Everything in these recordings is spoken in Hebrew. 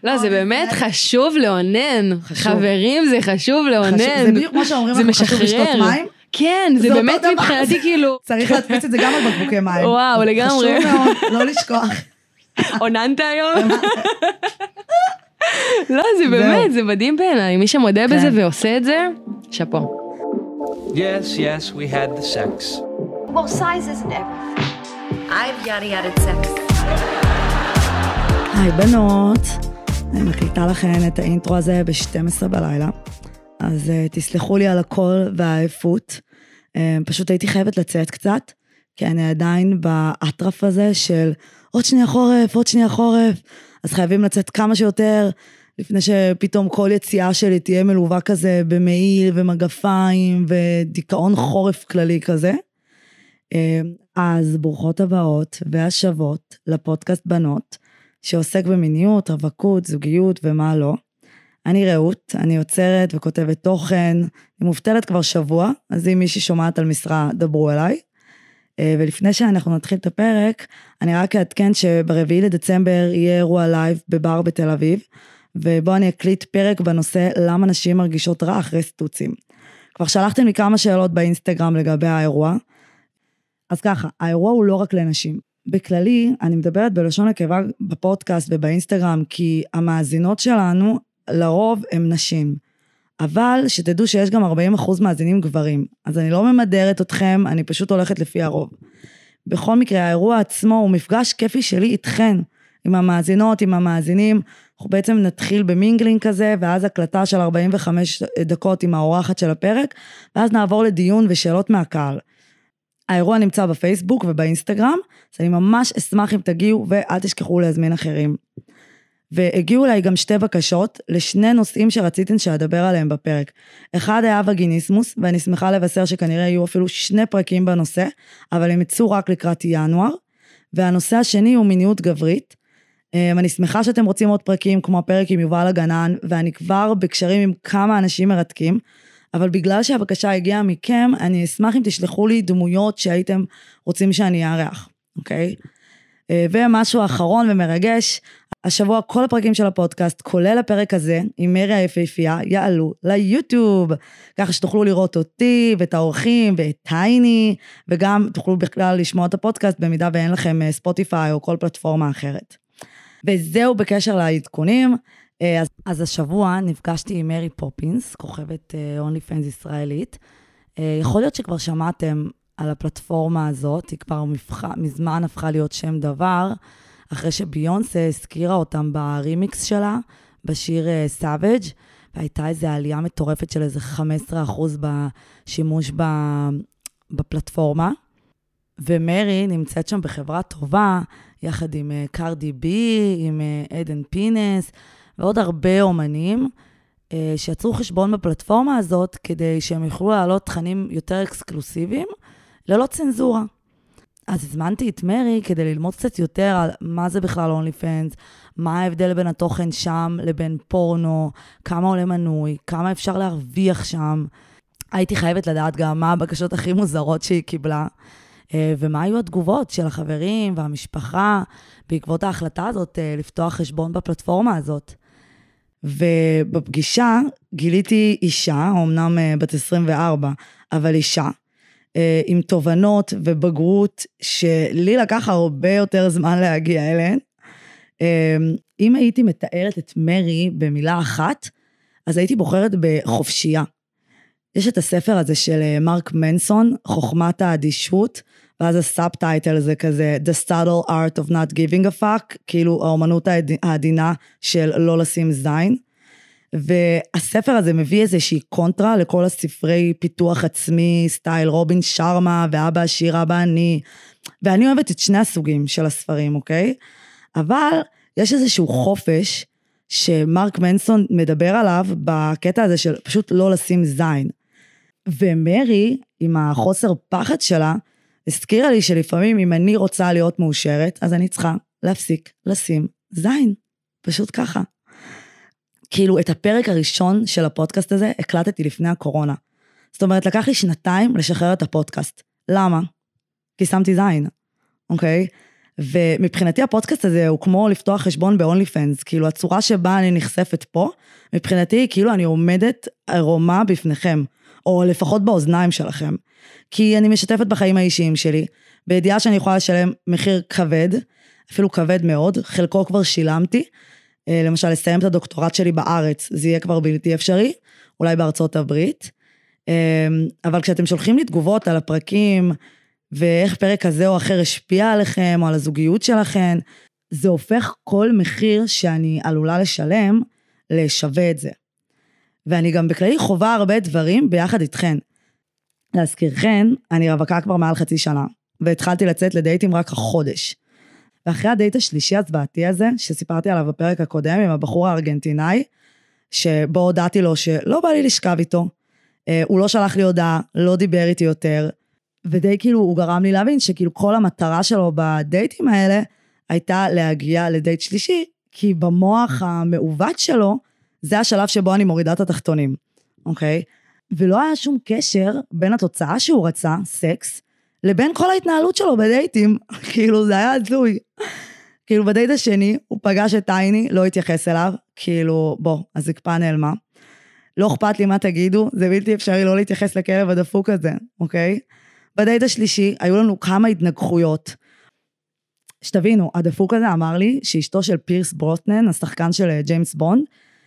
לא, זה באמת חשוב לאונן. חברים, זה חשוב לאונן. זה בדיוק כמו שאומרים, חשוב לשתות מים. כן, זה באמת מבחינתי כאילו... צריך להדפיס את זה גם על בקבוקי מים. וואו, לגמרי. חשוב מאוד, לא לשכוח. עוננת היום? לא, זה באמת, זה מדהים בעיניי. מי שמודה בזה ועושה את זה, שפו. Yes, we had the sex. Well, size isn't everything. I've yada sex. היי בנות, אני מקליטה לכן את האינטרו הזה ב-12 בלילה, אז תסלחו לי על הכל והעייפות, פשוט הייתי חייבת לצאת קצת, כי אני עדיין באטרף הזה של עוד שנייה חורף, אז חייבים לצאת כמה שיותר, לפני שפתאום כל יציאה שלי תהיה מלווה כזה במעיל ומגפיים ודיכאון חורף כללי כזה. אז ברוכות הבאות והשבות לפודקאסט בנות, שעוסק במיניות, רווקות, זוגיות ומה לא. אני רעות, אני יוצרת וכותבת תוכן, אני מובטלת כבר שבוע, אז אם מישהי שומעת על משרה, דברו אליי. ולפני שאנחנו נתחיל את הפרק, אני רק אעדכן שברביעי לדצמבר יהיה אירוע לייב בבר בתל אביב, ובו אני אקליט פרק בנושא למה נשים מרגישות רע אחרי סטוצים. כבר שלחתם לי כמה שאלות באינסטגרם לגבי האירוע, אז ככה, האירוע הוא לא רק לנשים. בכללי, אני מדברת בלשון נקבה בפודקאסט ובאינסטגרם, כי המאזינות שלנו לרוב הם נשים. אבל שתדעו שיש גם 40% מאזינים גברים. אז אני לא ממדרת אתכם, אני פשוט הולכת לפי הרוב. בכל מקרה, האירוע עצמו הוא מפגש כיפי שלי איתכן, עם המאזינות, עם המאזינים. אנחנו בעצם נתחיל במינגלינג כזה, ואז הקלטה של 45 דקות עם האורחת של הפרק, ואז נעבור לדיון ושאלות מהקהל. האירוע נמצא בפייסבוק ובאינסטגרם, אז אני ממש אשמח אם תגיעו, ואל תשכחו להזמין אחרים. והגיעו אליי גם שתי בקשות, לשני נושאים שרציתם שאדבר עליהם בפרק. אחד היה וגיניסמוס, ואני שמחה לבשר שכנראה יהיו אפילו 2 פרקים בנושא, אבל הם יצאו רק לקראת ינואר. והנושא השני הוא מיניות גברית. אני שמחה שאתם רוצים עוד פרקים, כמו הפרק עם יובל הגנן, ואני כבר בקשרים עם כמה אנשים מרתקים, אבל בגלל שהבקשה הגיעה מכם, אני אשמח אם תשלחו לי דמויות שהייתם רוצים שאני אארח, אוקיי? ומשהו אחרון ומרגש, השבוע כל הפרקים של הפודקאסט, כולל הפרק הזה, עם מרי היפהפייה, יעלו ליוטיוב, ככה שתוכלו לראות אותי ואת האורחים ואת טייני, וגם תוכלו בכלל לשמוע את הפודקאסט, במידה ואין לכם ספוטיפיי או כל פלטפורמה אחרת. וזהו בקשר לעדכונים, אז השבוע נפגשתי עם מרי פופינס, כוכבת OnlyFans ישראלית. יכול להיות שכבר שמעתם על הפלטפורמה הזאת, היא כבר מזמן הפכה להיות שם דבר, אחרי שביונסה הזכירה אותם ברימיקס שלה, בשיר Savage, והייתה איזו עלייה מטורפת של איזה 15% בשימוש בפלטפורמה. ומרי נמצאת שם בחברה טובה, יחד עם קרדי בי, עם עדן פינס, ועוד הרבה אומנים, שיצרו חשבון בפלטפורמה הזאת, כדי שהם יוכלו לעלות תכנים יותר אקסקלוסיביים, ללא צנזורה. אז הזמנתי את מרי כדי ללמוד קצת יותר על מה זה בכלל OnlyFans, מה ההבדל בין התוכן שם לבין פורנו, כמה עולה מנוי, כמה אפשר להרוויח שם. הייתי חייבת לדעת גם מה הבקשות הכי מוזרות שהיא קיבלה, ומה היו התגובות של החברים והמשפחה, בעקבות ההחלטה הזאת לפתוח חשבון בפלטפורמה הזאת. ובפגישה גיליתי אישה, אמנם בת 24, אבל אישה, עם תובנות ובגרות שלי לקח הרבה יותר זמן להגיע אליהן. אם הייתי מתארת את מרי במילה אחת, אז הייתי בוחרת בחופשייה. יש את הספר הזה של מרק מנסון, חוכמת האדישות, ואז הסאבטייטל זה כזה, The Subtle Art of Not Giving a Fuck, כאילו האומנות העדינה של לא לשים זין, והספר הזה מביא איזושהי קונטרה לכל הספרי פיתוח עצמי, סטייל רובין שרמה, ואבא עשיר, אבא אני, ואני אוהבת את שני הסוגים של הספרים, אוקיי? אבל יש איזשהו חופש שמרק מנסון מדבר עליו בקטע הזה של פשוט לא לשים זין. ומרי, עם החוסר פחד שלה, הזכירה לי שלפעמים אם אני רוצה להיות מאושרת, אז אני צריכה להפסיק לשים זין. פשוט ככה. כאילו את הפרק הראשון של הפודקאסט הזה הקלטתי לפני הקורונה. זאת אומרת, לקח לי 2 לשחרר את הפודקאסט. למה? כי שמתי זין, אוקיי? ומבחינתי הפודקאסט הזה הוא כמו לפתוח חשבון ב-OnlyFans, כאילו הצורה שבה אני נחשפת פה, מבחינתי כאילו אני עומדת ערומה בפניכם, או לפחות באוזניים שלכם, כי אני משתפת בחיים האישיים שלי, בידיעה שאני יכולה לשלם מחיר כבד, אפילו כבד מאוד, חלקו כבר שילמתי, למשל לסיים את הדוקטורט שלי בארץ, זה יהיה כבר בלתי אפשרי, אולי בארצות הברית, אבל כשאתם שולחים לי תגובות על הפרקים, ואיך פרק כזה או אחר השפיע עליכם, או על הזוגיות שלכם, זה הופך כל מחיר שאני עלולה לשלם, לשווה את זה. ואני גם בכללי חובה הרבה דברים ביחד איתכן. להזכירכן, אני רווקה כבר מעל חצי שנה, והתחלתי לצאת לדייטים רק החודש. ואחרי הדייט השלישי הזוועתי הזה, שסיפרתי עליו בפרק הקודם, עם הבחור הארגנטינאי, שבו הודעתי לו שלא בא לי לשכב איתו, הוא לא שלח לי הודעה, לא דיבר איתי יותר, ודי כאילו הוא גרם לי להבין שכאילו כל המטרה שלו בדייטים האלה, הייתה להגיע לדייט שלישי, כי במוח המעוות שלו, זה השלב שבו אני מורידה את התחתונים, אוקיי? ולא היה שום קשר בין התוצאה שהוא רצה, סקס, לבין כל ההתנהלות שלו בדייטים, כאילו זה היה הזוי. כאילו בדייט השני, הוא פגש את טייני, לא התייחס אליו, כאילו בוא, הזקפה נעלמה. לא אכפת לי מה תגידו, זה בלתי אפשרי לא להתייחס לכלב הדפוק הזה, אוקיי? בדייט השלישי, היו לנו כמה התנגחויות. שתבינו, הדפוק הזה אמר לי, שאשתו של פירס ברוסנן, השחקן של ג'יימס בונד,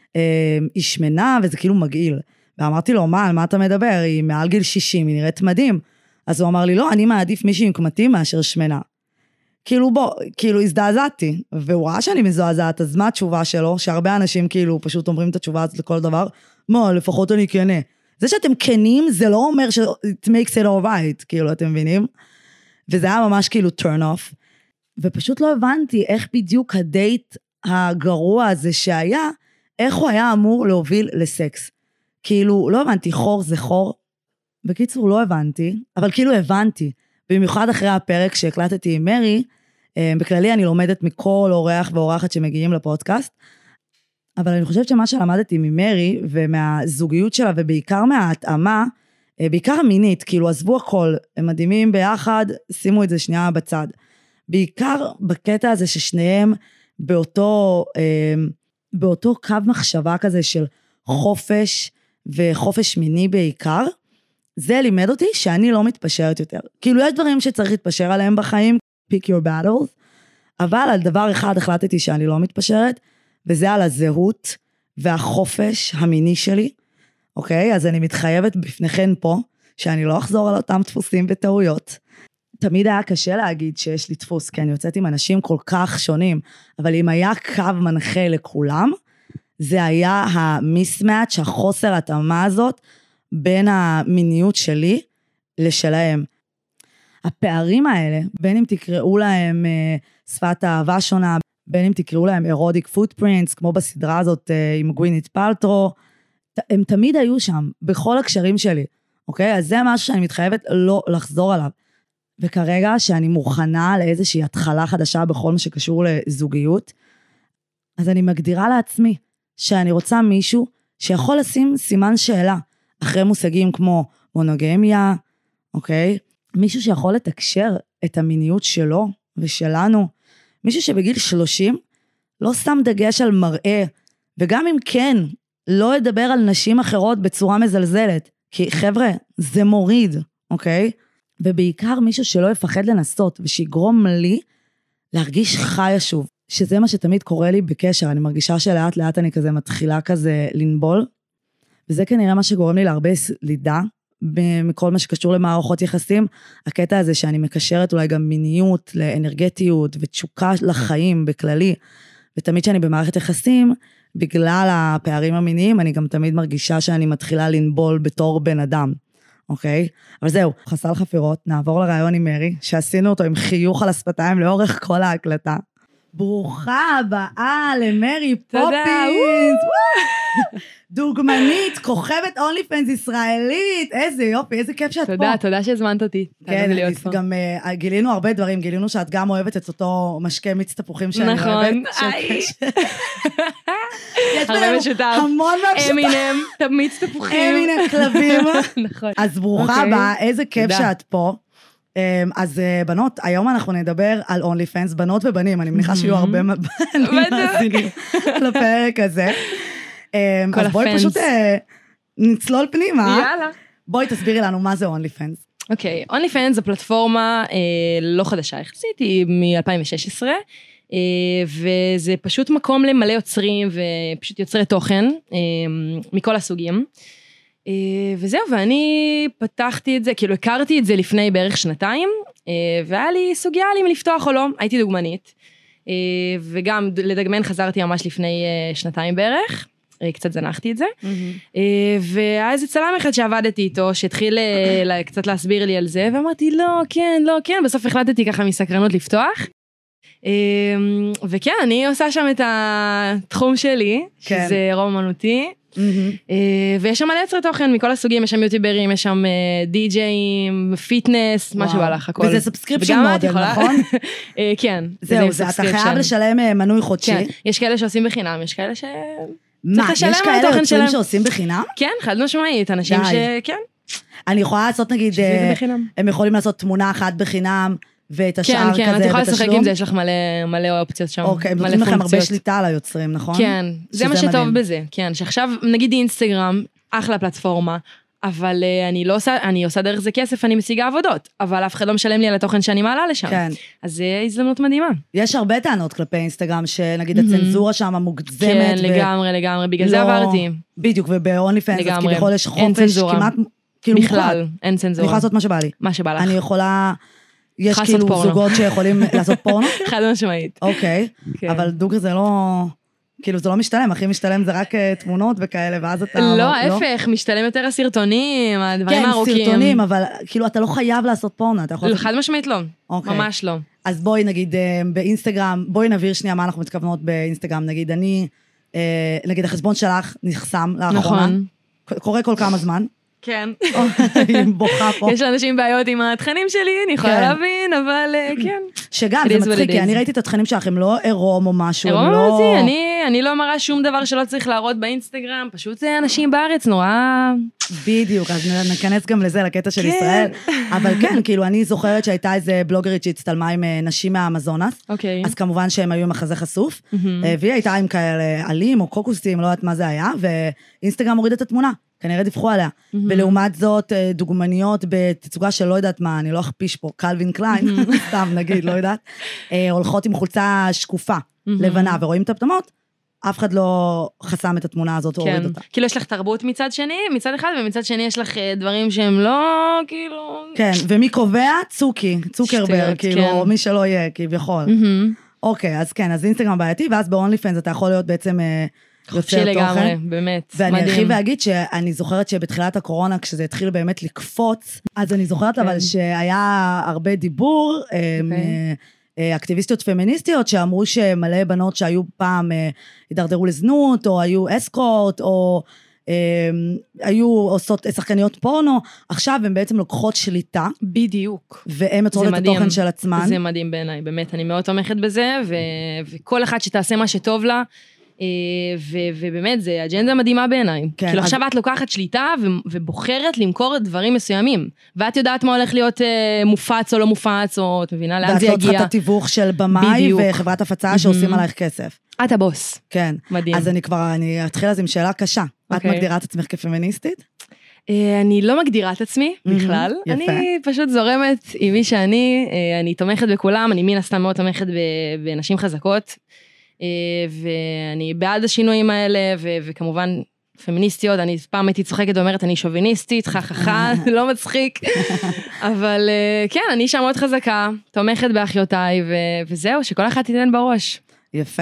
היא שמנה וזה כאילו מגעיל. ואמרתי לו, על מה אתה מדבר? היא מעל גיל 60, היא נראית מדהים. אז הוא אמר לי, לא, אני מעדיף מישהי עם קמטים מאשר שמנה. כאילו בוא, כאילו הזדעזעתי, והוא ראה שאני מזועזעת, אז מה התשובה שלו? שהרבה אנשים כאילו פשוט אומרים את התשובה הזאת לכל דבר, מה, לפחות אני כנה. זה שאתם כנים, זה לא אומר ש-it makes it all right, כאילו, אתם מבינים? וזה היה ממש כאילו turn off, ופשוט לא הבנתי איך בדיוק הדייט הגרוע הזה שהיה, איך הוא היה אמור להוביל לסקס. כאילו, לא הבנתי, חור זה חור. בקיצור, לא הבנתי, אבל כאילו הבנתי. במיוחד אחרי הפרק שהקלטתי עם מרי, בכללי אני לומדת מכל אורח ואורחת שמגיעים לפודקאסט, אבל אני חושבת שמה שלמדתי ממרי ומהזוגיות שלה, ובעיקר מההתאמה, בעיקר המינית, כאילו עזבו הכל, הם מדהימים ביחד, שימו את זה שנייה בצד. בעיקר בקטע הזה ששניהם באותו קו מחשבה כזה של חופש וחופש מיני בעיקר, זה לימד אותי שאני לא מתפשרת יותר. כאילו יש דברים שצריך להתפשר עליהם בחיים, pick your battles, אבל על דבר אחד החלטתי שאני לא מתפשרת, וזה על הזהות והחופש המיני שלי, אוקיי? אז אני מתחייבת בפניכן פה, שאני לא אחזור על אותם דפוסים וטעויות. תמיד היה קשה להגיד שיש לי דפוס, כי אני יוצאת עם אנשים כל כך שונים, אבל אם היה קו מנחה לכולם, זה היה המיסמאץ', החוסר התאמה הזאת, בין המיניות שלי לשלהם. הפערים האלה, בין אם תקראו להם שפת אהבה שונה, בין אם תקראו להם אירודיק פוטפרינטס, כמו בסדרה הזאת עם גווינית פלטרו, הם תמיד היו שם, בכל הקשרים שלי, אוקיי? אז זה משהו שאני מתחייבת לא לחזור עליו. וכרגע שאני מוכנה לאיזושהי התחלה חדשה בכל מה שקשור לזוגיות, אז אני מגדירה לעצמי שאני רוצה מישהו שיכול לשים סימן שאלה, אחרי מושגים כמו מונוגמיה, אוקיי? מישהו שיכול לתקשר את המיניות שלו ושלנו, מישהו שבגיל 30 לא שם דגש על מראה, וגם אם כן, לא ידבר על נשים אחרות בצורה מזלזלת, כי חבר'ה, זה מוריד, אוקיי? ובעיקר מישהו שלא יפחד לנסות, ושיגרום לי להרגיש חיה שוב, שזה מה שתמיד קורה לי בקשר, אני מרגישה שלאט לאט אני כזה מתחילה כזה לנבול, וזה כנראה מה שגורם לי להרבה סלידה, מכל מה שקשור למערכות יחסים, הקטע הזה שאני מקשרת אולי גם מיניות לאנרגטיות ותשוקה לחיים בכללי, ותמיד שאני במערכת יחסים, בגלל הפערים המיניים, אני גם תמיד מרגישה שאני מתחילה לנבול בתור בן אדם, אוקיי? אבל זהו, חסל חפירות, נעבור לרעיון עם מרי, שעשינו אותו עם חיוך על השפתיים לאורך כל ההקלטה. ברוכה הבאה למרי פופינס, דוגמנית, כוכבת אונליפנס ישראלית, איזה יופי, איזה כיף שאת פה. תודה שהזמנת אותי. כן, גם גילינו הרבה דברים, גילינו שאת גם אוהבת את אותו משקה מיץ תפוחים שאני אוהבת. נכון, הרבה משותף. המון מהמשותף. אמינם, מיץ תפוחים. אמינם, כלבים. נכון. אז ברוכה הבאה, איזה כיף שאת פה. אז בנות, היום אנחנו נדבר על OnlyFans, בנות ובנים, אני מניחה שיהיו הרבה מאזינים לפרק הזה. אז בואי פשוט נצלול פנימה. יאללה. בואי תסבירי לנו מה זה OnlyFans. אוקיי, OnlyFans זו פלטפורמה לא חדשה יחסית, היא מ-2016, וזה פשוט מקום למלא יוצרים ופשוט יוצרי תוכן מכל הסוגים. וזהו, ואני פתחתי את זה, כאילו הכרתי את זה לפני בערך 2 והיה לי סוגיה אם לפתוח או לא, הייתי דוגמנית, וגם לדגמן חזרתי ממש לפני 2 בערך, קצת זנחתי את זה, והיה איזה צלם אחד שעבדתי איתו, שהתחיל קצת להסביר לי על זה, ואמרתי לא, כן, בסוף החלטתי ככה מסקרנות לפתוח, וכן, אני עושה שם את התחום שלי, שזה רוב אמנותי, ויש שם מלא יוצרי תוכן מכל הסוגים, יש שם יוטיוברים, יש שם די-ג'אים, פיטנס, מה שבא לך, הכל. וזה סאבסקריפשן מודל, נכון? כן. זהו, אתה חייב לשלם מנוי חודשי. כן, יש כאלה שעושים בחינם, יש כאלה ש... מה, יש כאלה יוצרים שעושים בחינם? כן, חד משמעית, אנשים שכן. אני יכולה לעשות נגיד, הם יכולים לעשות תמונה אחת בחינם, ואת השאר כזה בתשלום. כן, את יכולה לשחק עם זה, יש לך מלא אופציות שם. אוקיי, הם נותנים לכם הרבה שליטה על היוצרים, נכון? כן, זה מה שטוב בזה, כן, שעכשיו נגיד אינסטגרם, אחלה פלטפורמה, אבל אני עושה דרך זה כסף, אני משיגה עבודות, אבל אף אחד לא משלם לי על התוכן שאני מעלה לשם. כן. אז זה הזדמנות מדהימה. יש הרבה טענות כלפי אינסטגרם, שנגיד הצנזורה שם מוגזמת. כן, לגמרי, בגלל זה עברתי. בדיוק, וב-OnlyFans, אז כביכול יש חופש כמעט, כאילו בכלל, אין צנזורה. אני יכולה לעשות מה שבא לי. מה שבא לך. אני יכולה, יש כאילו זוגות שיכולים לעשות פורנו? חד משמעית. אוקיי, אבל דוגרי זה לא... כאילו זה לא משתלם, הכי משתלם זה רק תמונות וכאלה, ואז אתה... לא, ההפך, משתלם יותר הסרטונים, הדברים הארוכים. כן, סרטונים, אבל כאילו אתה לא חייב לעשות פורנו, אתה יכול... חד משמעית לא, ממש לא. אז בואי נגיד באינסטגרם, בואי נבהיר שנייה מה אנחנו מתכוונות באינסטגרם, נגיד נגיד החשבון שלך נחסם לאחרונה, קורה כל כמה זמן. כן. בוכה פה. יש לאנשים בעיות עם התכנים שלי, אני יכולה להבין, אבל כן. שגם, זה מצחיק, כי אני ראיתי את התכנים שלך, הם לא עירום או משהו, עירום אותי, אני לא מראה שום דבר שלא צריך להראות באינסטגרם, פשוט אנשים בארץ נורא... בדיוק, אז נכנס גם לזה, לקטע של ישראל. אבל כן, כאילו, אני זוכרת שהייתה איזה בלוגרית שהצטלמה עם נשים מהאמזונס, אז כמובן שהם היו עם החזה חשוף, והיא הייתה עם כאלה עלים או קוקוסים, לא יודעת מה זה היה, ואינסטגרם הוריד את התמונה. כנראה דיווחו עליה. ולעומת זאת, דוגמניות בתצוגה של לא יודעת מה, אני לא אכפיש פה, קלווין קליין, סתם נגיד, לא יודעת, הולכות עם חולצה שקופה, לבנה, ורואים את הפטמות, אף אחד לא חסם את התמונה הזאת, או הוריד אותה. כאילו יש לך תרבות מצד שני, מצד אחד, ומצד שני יש לך דברים שהם לא, כאילו... כן, ומי קובע? צוקרברג, כאילו, מי שלא יהיה, כביכול. אוקיי, אז כן, אז אינסטגרם בעייתי, ואז ב-OnlyFans אתה יכול להיות בעצם... חופשי לגמרי, באמת, מדהים. ואני ארחיב ואגיד שאני זוכרת שבתחילת הקורונה, כשזה התחיל באמת לקפוץ, אז אני זוכרת אבל שהיה הרבה דיבור, אקטיביסטיות פמיניסטיות, שאמרו שמלא בנות שהיו פעם, הידרדרו לזנות, או היו אסקורט, או היו עושות שחקניות פורנו, עכשיו הן בעצם לוקחות שליטה. בדיוק. והן יוצרות את התוכן של עצמן. זה מדהים בעיניי, באמת, אני מאוד תומכת בזה, וכל אחד שתעשה מה שטוב לה, ובאמת, זה אג'נדה מדהימה בעיניי. כאילו עכשיו את לוקחת שליטה ובוחרת למכור דברים מסוימים, ואת יודעת מה הולך להיות מופץ או לא מופץ, או את מבינה לאן זה יגיע. ואת לא צריכה את התיווך של במאי וחברת הפצה שעושים עלייך כסף. את הבוס. כן. מדהים. אז אני אתחיל אז עם שאלה קשה. את מגדירה את עצמך כפמיניסטית? אני לא מגדירה את עצמי בכלל. אני פשוט זורמת עם מי אני תומכת בכולם, אני מן הסתם מאוד תומכת בנשים חזקות, ואני בעד השינויים האלה, וכמובן פמיניסטיות, אני פעם הייתי צוחקת ואומרת, אני שוביניסטית, חככה, לא מצחיק, אבל כן, אני אישה מאוד חזקה, תומכת באחיותיי, וזהו, שכל אחד תיתן בראש. יפה.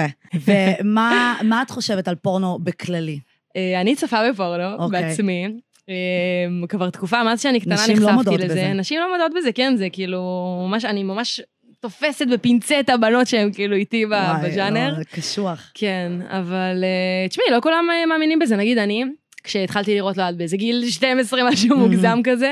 ומה את חושבת על פורנו בכללי? אני צופה בפורנו בעצמי, כבר תקופה, מאז שאני קטנה נשים לא מודעות בזה. נשים לא מודעות בזה, כן, זה כאילו, אני ממש... תופסת בפינצט הבנות שהן כאילו איתי בז'אנר. וואי, קשוח. כן, אבל תשמעי, לא כולם מאמינים בזה, נגיד אני, כשהתחלתי לראות לעד באיזה גיל 12, משהו מוגזם כזה,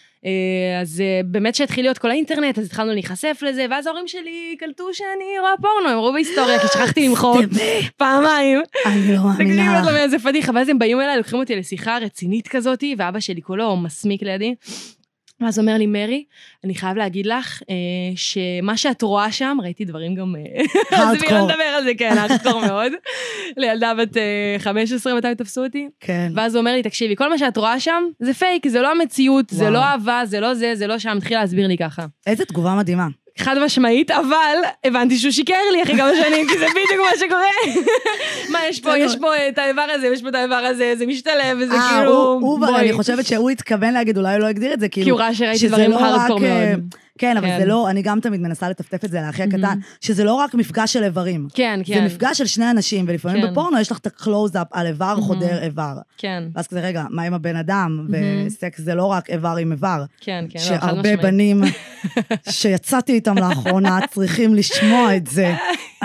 אז באמת שהתחיל להיות כל האינטרנט, אז התחלנו להיחשף לזה, ואז ההורים שלי קלטו שאני רואה פורנו, הם ראו בהיסטוריה, כי שכחתי למחוק פעמיים. אני לא מאמינה. תקשיבי, איזה פדיחה, ואז הם באים אליי, לוקחים אותי לשיחה רצינית כזאת, ואבא שלי כולו מסמיק לידי, ואז אומר לי, מרי, אני חייב להגיד לך שמה שאת רואה שם, ראיתי דברים גם... הארדקור. אז נדבר על זה, כן, הארדקור מאוד. לילדה בת 15, מתי תפסו אותי? כן. ואז הוא אומר לי, תקשיבי, כל מה שאת רואה שם, זה פייק, זה לא המציאות, זה לא אהבה, זה לא זה, זה לא שם, התחיל להסביר לי ככה. איזה תגובה מדהימה. חד משמעית, אבל הבנתי שהוא שיקר לי אחרי כמה שנים, כי זה בדיוק מה שקורה. מה, יש פה את האיבר הזה, יש פה את האיבר הזה, זה משתלב, וזה כאילו... אני חושבת שהוא התכוון להגיד, אולי הוא לא הגדיר את זה, כי הוא ראה שראיתי דברים הארדקור מאוד. כן, אבל זה לא, אני גם תמיד מנסה לטפטף את זה לאחי הקטן, שזה לא רק מפגש של איברים. כן, כן. זה מפגש של שני אנשים, ולפעמים בפורנו יש לך את הקלוז-אפ על איבר חודר איבר. כן. ואז כזה, רגע, מה עם הבן אדם? וסקס זה לא רק איבר עם איבר. כן, כן. שהרבה בנים שיצאתי איתם לאחרונה צריכים לשמוע את זה.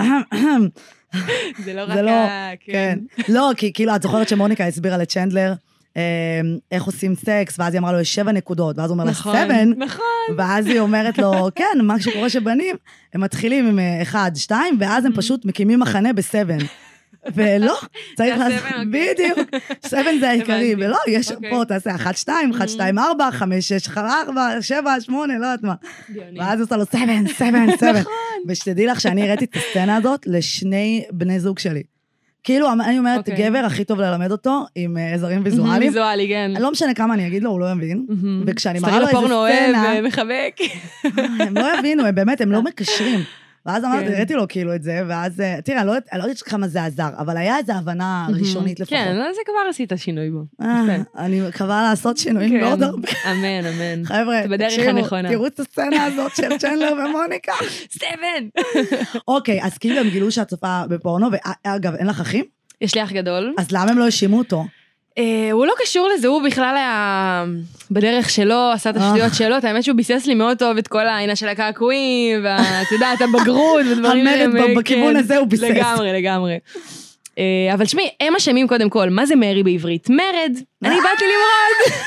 זה לא רק כן. לא, כי כאילו, את זוכרת שמוניקה הסבירה לצ'נדלר, איך עושים סקס, ואז היא אמרה לו, יש 7 נקודות, ואז הוא אומר לה, 7, ואז היא אומרת לו, כן, מה שקורה שבנים, הם מתחילים עם 1, 2, ואז הם פשוט מקימים מחנה ב7. ולא, צריך לעשות, בדיוק, 7 זה העיקרי, ולא, יש פה, תעשה 1, 2, 1, 2, 4, 5, 6, 4, 7, 8, לא יודעת מה. ואז הוא עושה לו 7, ושתדעי לך שאני הראיתי את הסצנה הזאת לשני בני זוג שלי. כאילו, אני אומרת, גבר הכי טוב ללמד אותו עם עזרים ויזואליים. ויזואלי, כן. לא משנה כמה אני אגיד לו, הוא לא יבין. וכשאני מראה לו איזה סטריל הפורנו סצנה... אוהב, מחבק. הם לא יבינו, הם באמת, הם לא מקשרים. ואז אמרתי, הראיתי לו כאילו את זה, ואז, תראה, אני לא יודעת כמה זה עזר, אבל היה איזו הבנה ראשונית לפחות. כן, אז זה כבר עשית שינוי בו. אני מקווה לעשות שינויים מאוד הרבה. אמן, אמן. חבר'ה, תראו את הסצנה הזאת של צ'נדלר ומוניקה. 7! אוקיי, אז כאילו הם גילו שאת צופה בפורנו, ואגב, אין לך אחים? יש לי אח גדול. אז למה הם לא האשימו אותו? הוא לא קשור לזה, הוא בכלל היה בדרך שלו, עשה את השטויות שלו, האמת שהוא ביסס לי מאוד טוב את כל העינה של הקעקועים, ואתה יודע, את הבגרות ודברים... המרד בכיוון הזה הוא ביסס. לגמרי. אבל שמי, הם אשמים קודם כל, מה זה מרי בעברית? מרד, אני באתי למרוד.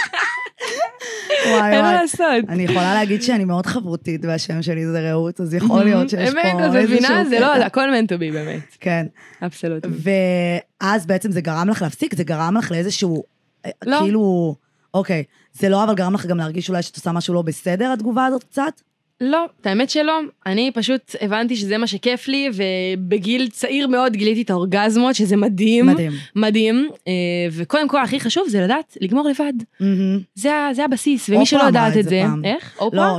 אין מה לעשות. אני יכולה להגיד שאני מאוד חברותית, והשם שלי זה רעות, אז יכול להיות שיש פה איזשהו... אמת, אז מבינה, זה לא, הכל מנטו בי באמת. כן. אבסולוטי. ואז בעצם זה גרם לך להפסיק, זה גרם לך לאיזשהו, לא. כאילו, אוקיי, זה לא אבל גרם לך גם להרגיש אולי שאת עושה משהו לא בסדר, התגובה הזאת קצת? לא, את האמת שלא, אני פשוט הבנתי שזה מה שכיף לי, ובגיל צעיר מאוד גיליתי את האורגזמות, שזה מדהים. מדהים. וקודם כל, הכי חשוב זה לדעת לגמור לבד. זה הבסיס, ומי שלא יודעת את זה... איך? לא,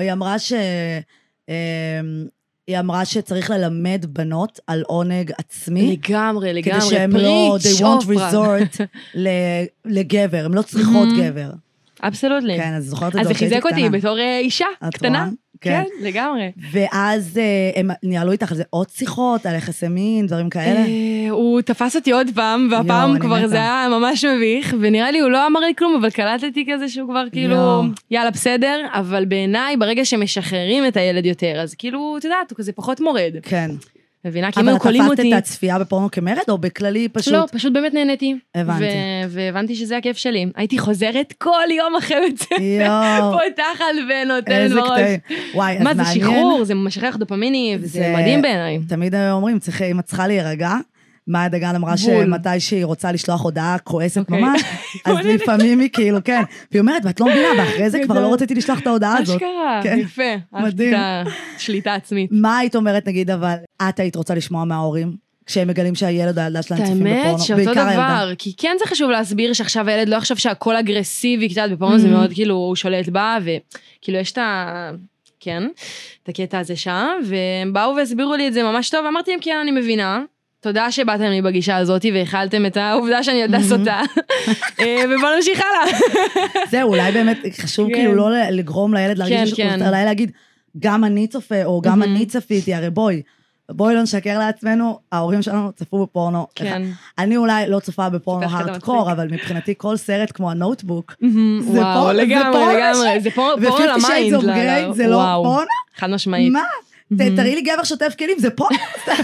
היא אמרה שצריך ללמד בנות על עונג עצמי. לגמרי. כדי שהם לא, they won't resort לגבר, הם לא צריכות גבר. אבסולוטלי. כן, אז זוכרת את זה. אז זה חיזק אותי בתור אישה קטנה. כן, לגמרי. ואז הם ניהלו איתך על זה עוד שיחות, על יחסי מין, דברים כאלה? הוא תפס אותי עוד פעם, והפעם כבר זה היה ממש מביך, ונראה לי הוא לא אמר לי כלום, אבל קלטתי כזה שהוא כבר כאילו, יאללה בסדר, אבל בעיניי, ברגע שמשחררים את הילד יותר, אז כאילו, אתה יודעת, הוא כזה פחות מורד. כן. מבינה, כי אם הם קולים אותי... אבל את תפסת את הצפייה בפורנו כמרד, או בכללי פשוט? לא, פשוט באמת נהניתי. הבנתי. והבנתי שזה הכיף שלי. הייתי חוזרת כל יום אחרי בית ספר, פותחת ונותנת בראש. וואי, אז מה, זה שחרור, זה משחרר דופמיני, וזה מדהים בעיניי. תמיד אומרים, אם את צריכה להירגע, מאיה דגן אמרה שמתי שהיא רוצה לשלוח הודעה כועסת ממש, אז לפעמים היא כאילו, כן, והיא אומרת, ואת לא מבינה, ואחרי זה כבר לא רציתי לשלוח את ההודעה הזאת. אשכרה, יפה. מדהים. שליטה עצמית. מה היית אומרת, נגיד, אבל את היית רוצה לשמוע מההורים, כשהם מגלים שהילד או הילדה שלהם צופים בפורנו? האמת שאותו דבר, כי כן זה חשוב להסביר שעכשיו הילד לא חשב שהכל אגרסיבי, קצת בפורנו זה מאוד כאילו, הוא שולט בה, וכאילו יש את כן, את הקטע הזה שם, והם באו והסבירו לי את זה ממש טוב, ואמרתי להם, כן, אני מבינה, תודה שבאתם לי בגישה הזאת, והחלתם את העובדה שאני ילדה סוטה, ובוא נמשיך הלאה. זהו, אולי באמת חשוב כאילו לא לגרום לילד להרגיש, אולי להגיד, גם אני צופה, או גם אני צפיתי, הרי בואי לא נשקר לעצמנו, ההורים שלנו צפו בפורנו. אני אולי לא צופה בפורנו הארדקור, אבל מבחינתי כל סרט כמו הנוטבוק, זה פורנו, זה פורנו למיינד. זה לא פורנו? חד משמעית. מה? תראי לי גבר שוטף כלים, זה פורנו?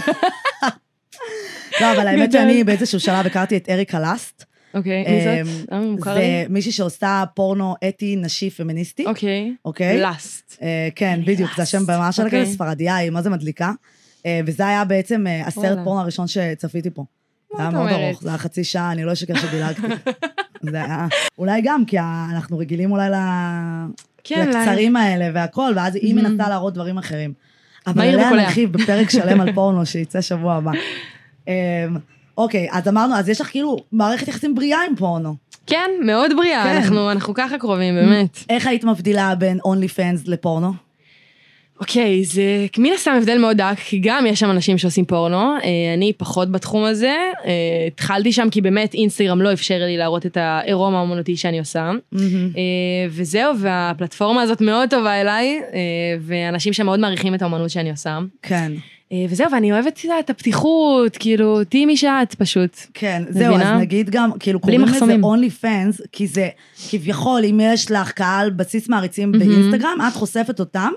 לא, אבל האמת שאני באיזשהו שלב הכרתי את אריקה לאסט. אוקיי, מי זאת? מוכר לי? זה מישהי שעושה פורנו אתי נשי פמיניסטי. אוקיי. לאסט. כן, בדיוק, זה השם במה שלה כזה, ספרדיה, מה זה מדליקה. וזה היה בעצם הסרט פורנו הראשון שצפיתי פה. זה היה מאוד ארוך, זה היה חצי שעה, אני לא אשקר שדילגתי. זה היה... אולי גם, כי אנחנו רגילים אולי כן, לקצרים האלה והכל, ואז היא מנסה להראות דברים אחרים. אבל מהיר עליה וקולע. נרחיב בפרק שלם על פורנו, שיצא שבוע הבא. אוקיי, אז אמרנו, אז יש לך כאילו מערכת יחסים בריאה עם פורנו. כן, מאוד בריאה, כן. אנחנו ככה קרובים, באמת. איך היית מבדילה בין OnlyFans לפורנו? אוקיי, זה מן הסתם הבדל מאוד דק, כי גם יש שם אנשים שעושים פורנו, אני פחות בתחום הזה, התחלתי שם כי באמת אינסטגרם לא אפשר לי להראות את העירום האומנותי שאני עושה, וזהו, והפלטפורמה הזאת מאוד טובה אליי, ואנשים שמאוד מעריכים את האומנות שאני עושה. כן. וזהו, ואני אוהבת את הפתיחות, כאילו, תהי מי שאת פשוט. כן, זהו, אז נגיד גם, כאילו, קוראים לזה OnlyFans, כי זה, כביכול, אם יש לך קהל בסיס מעריצים באינסטגרם, את חושפת אותם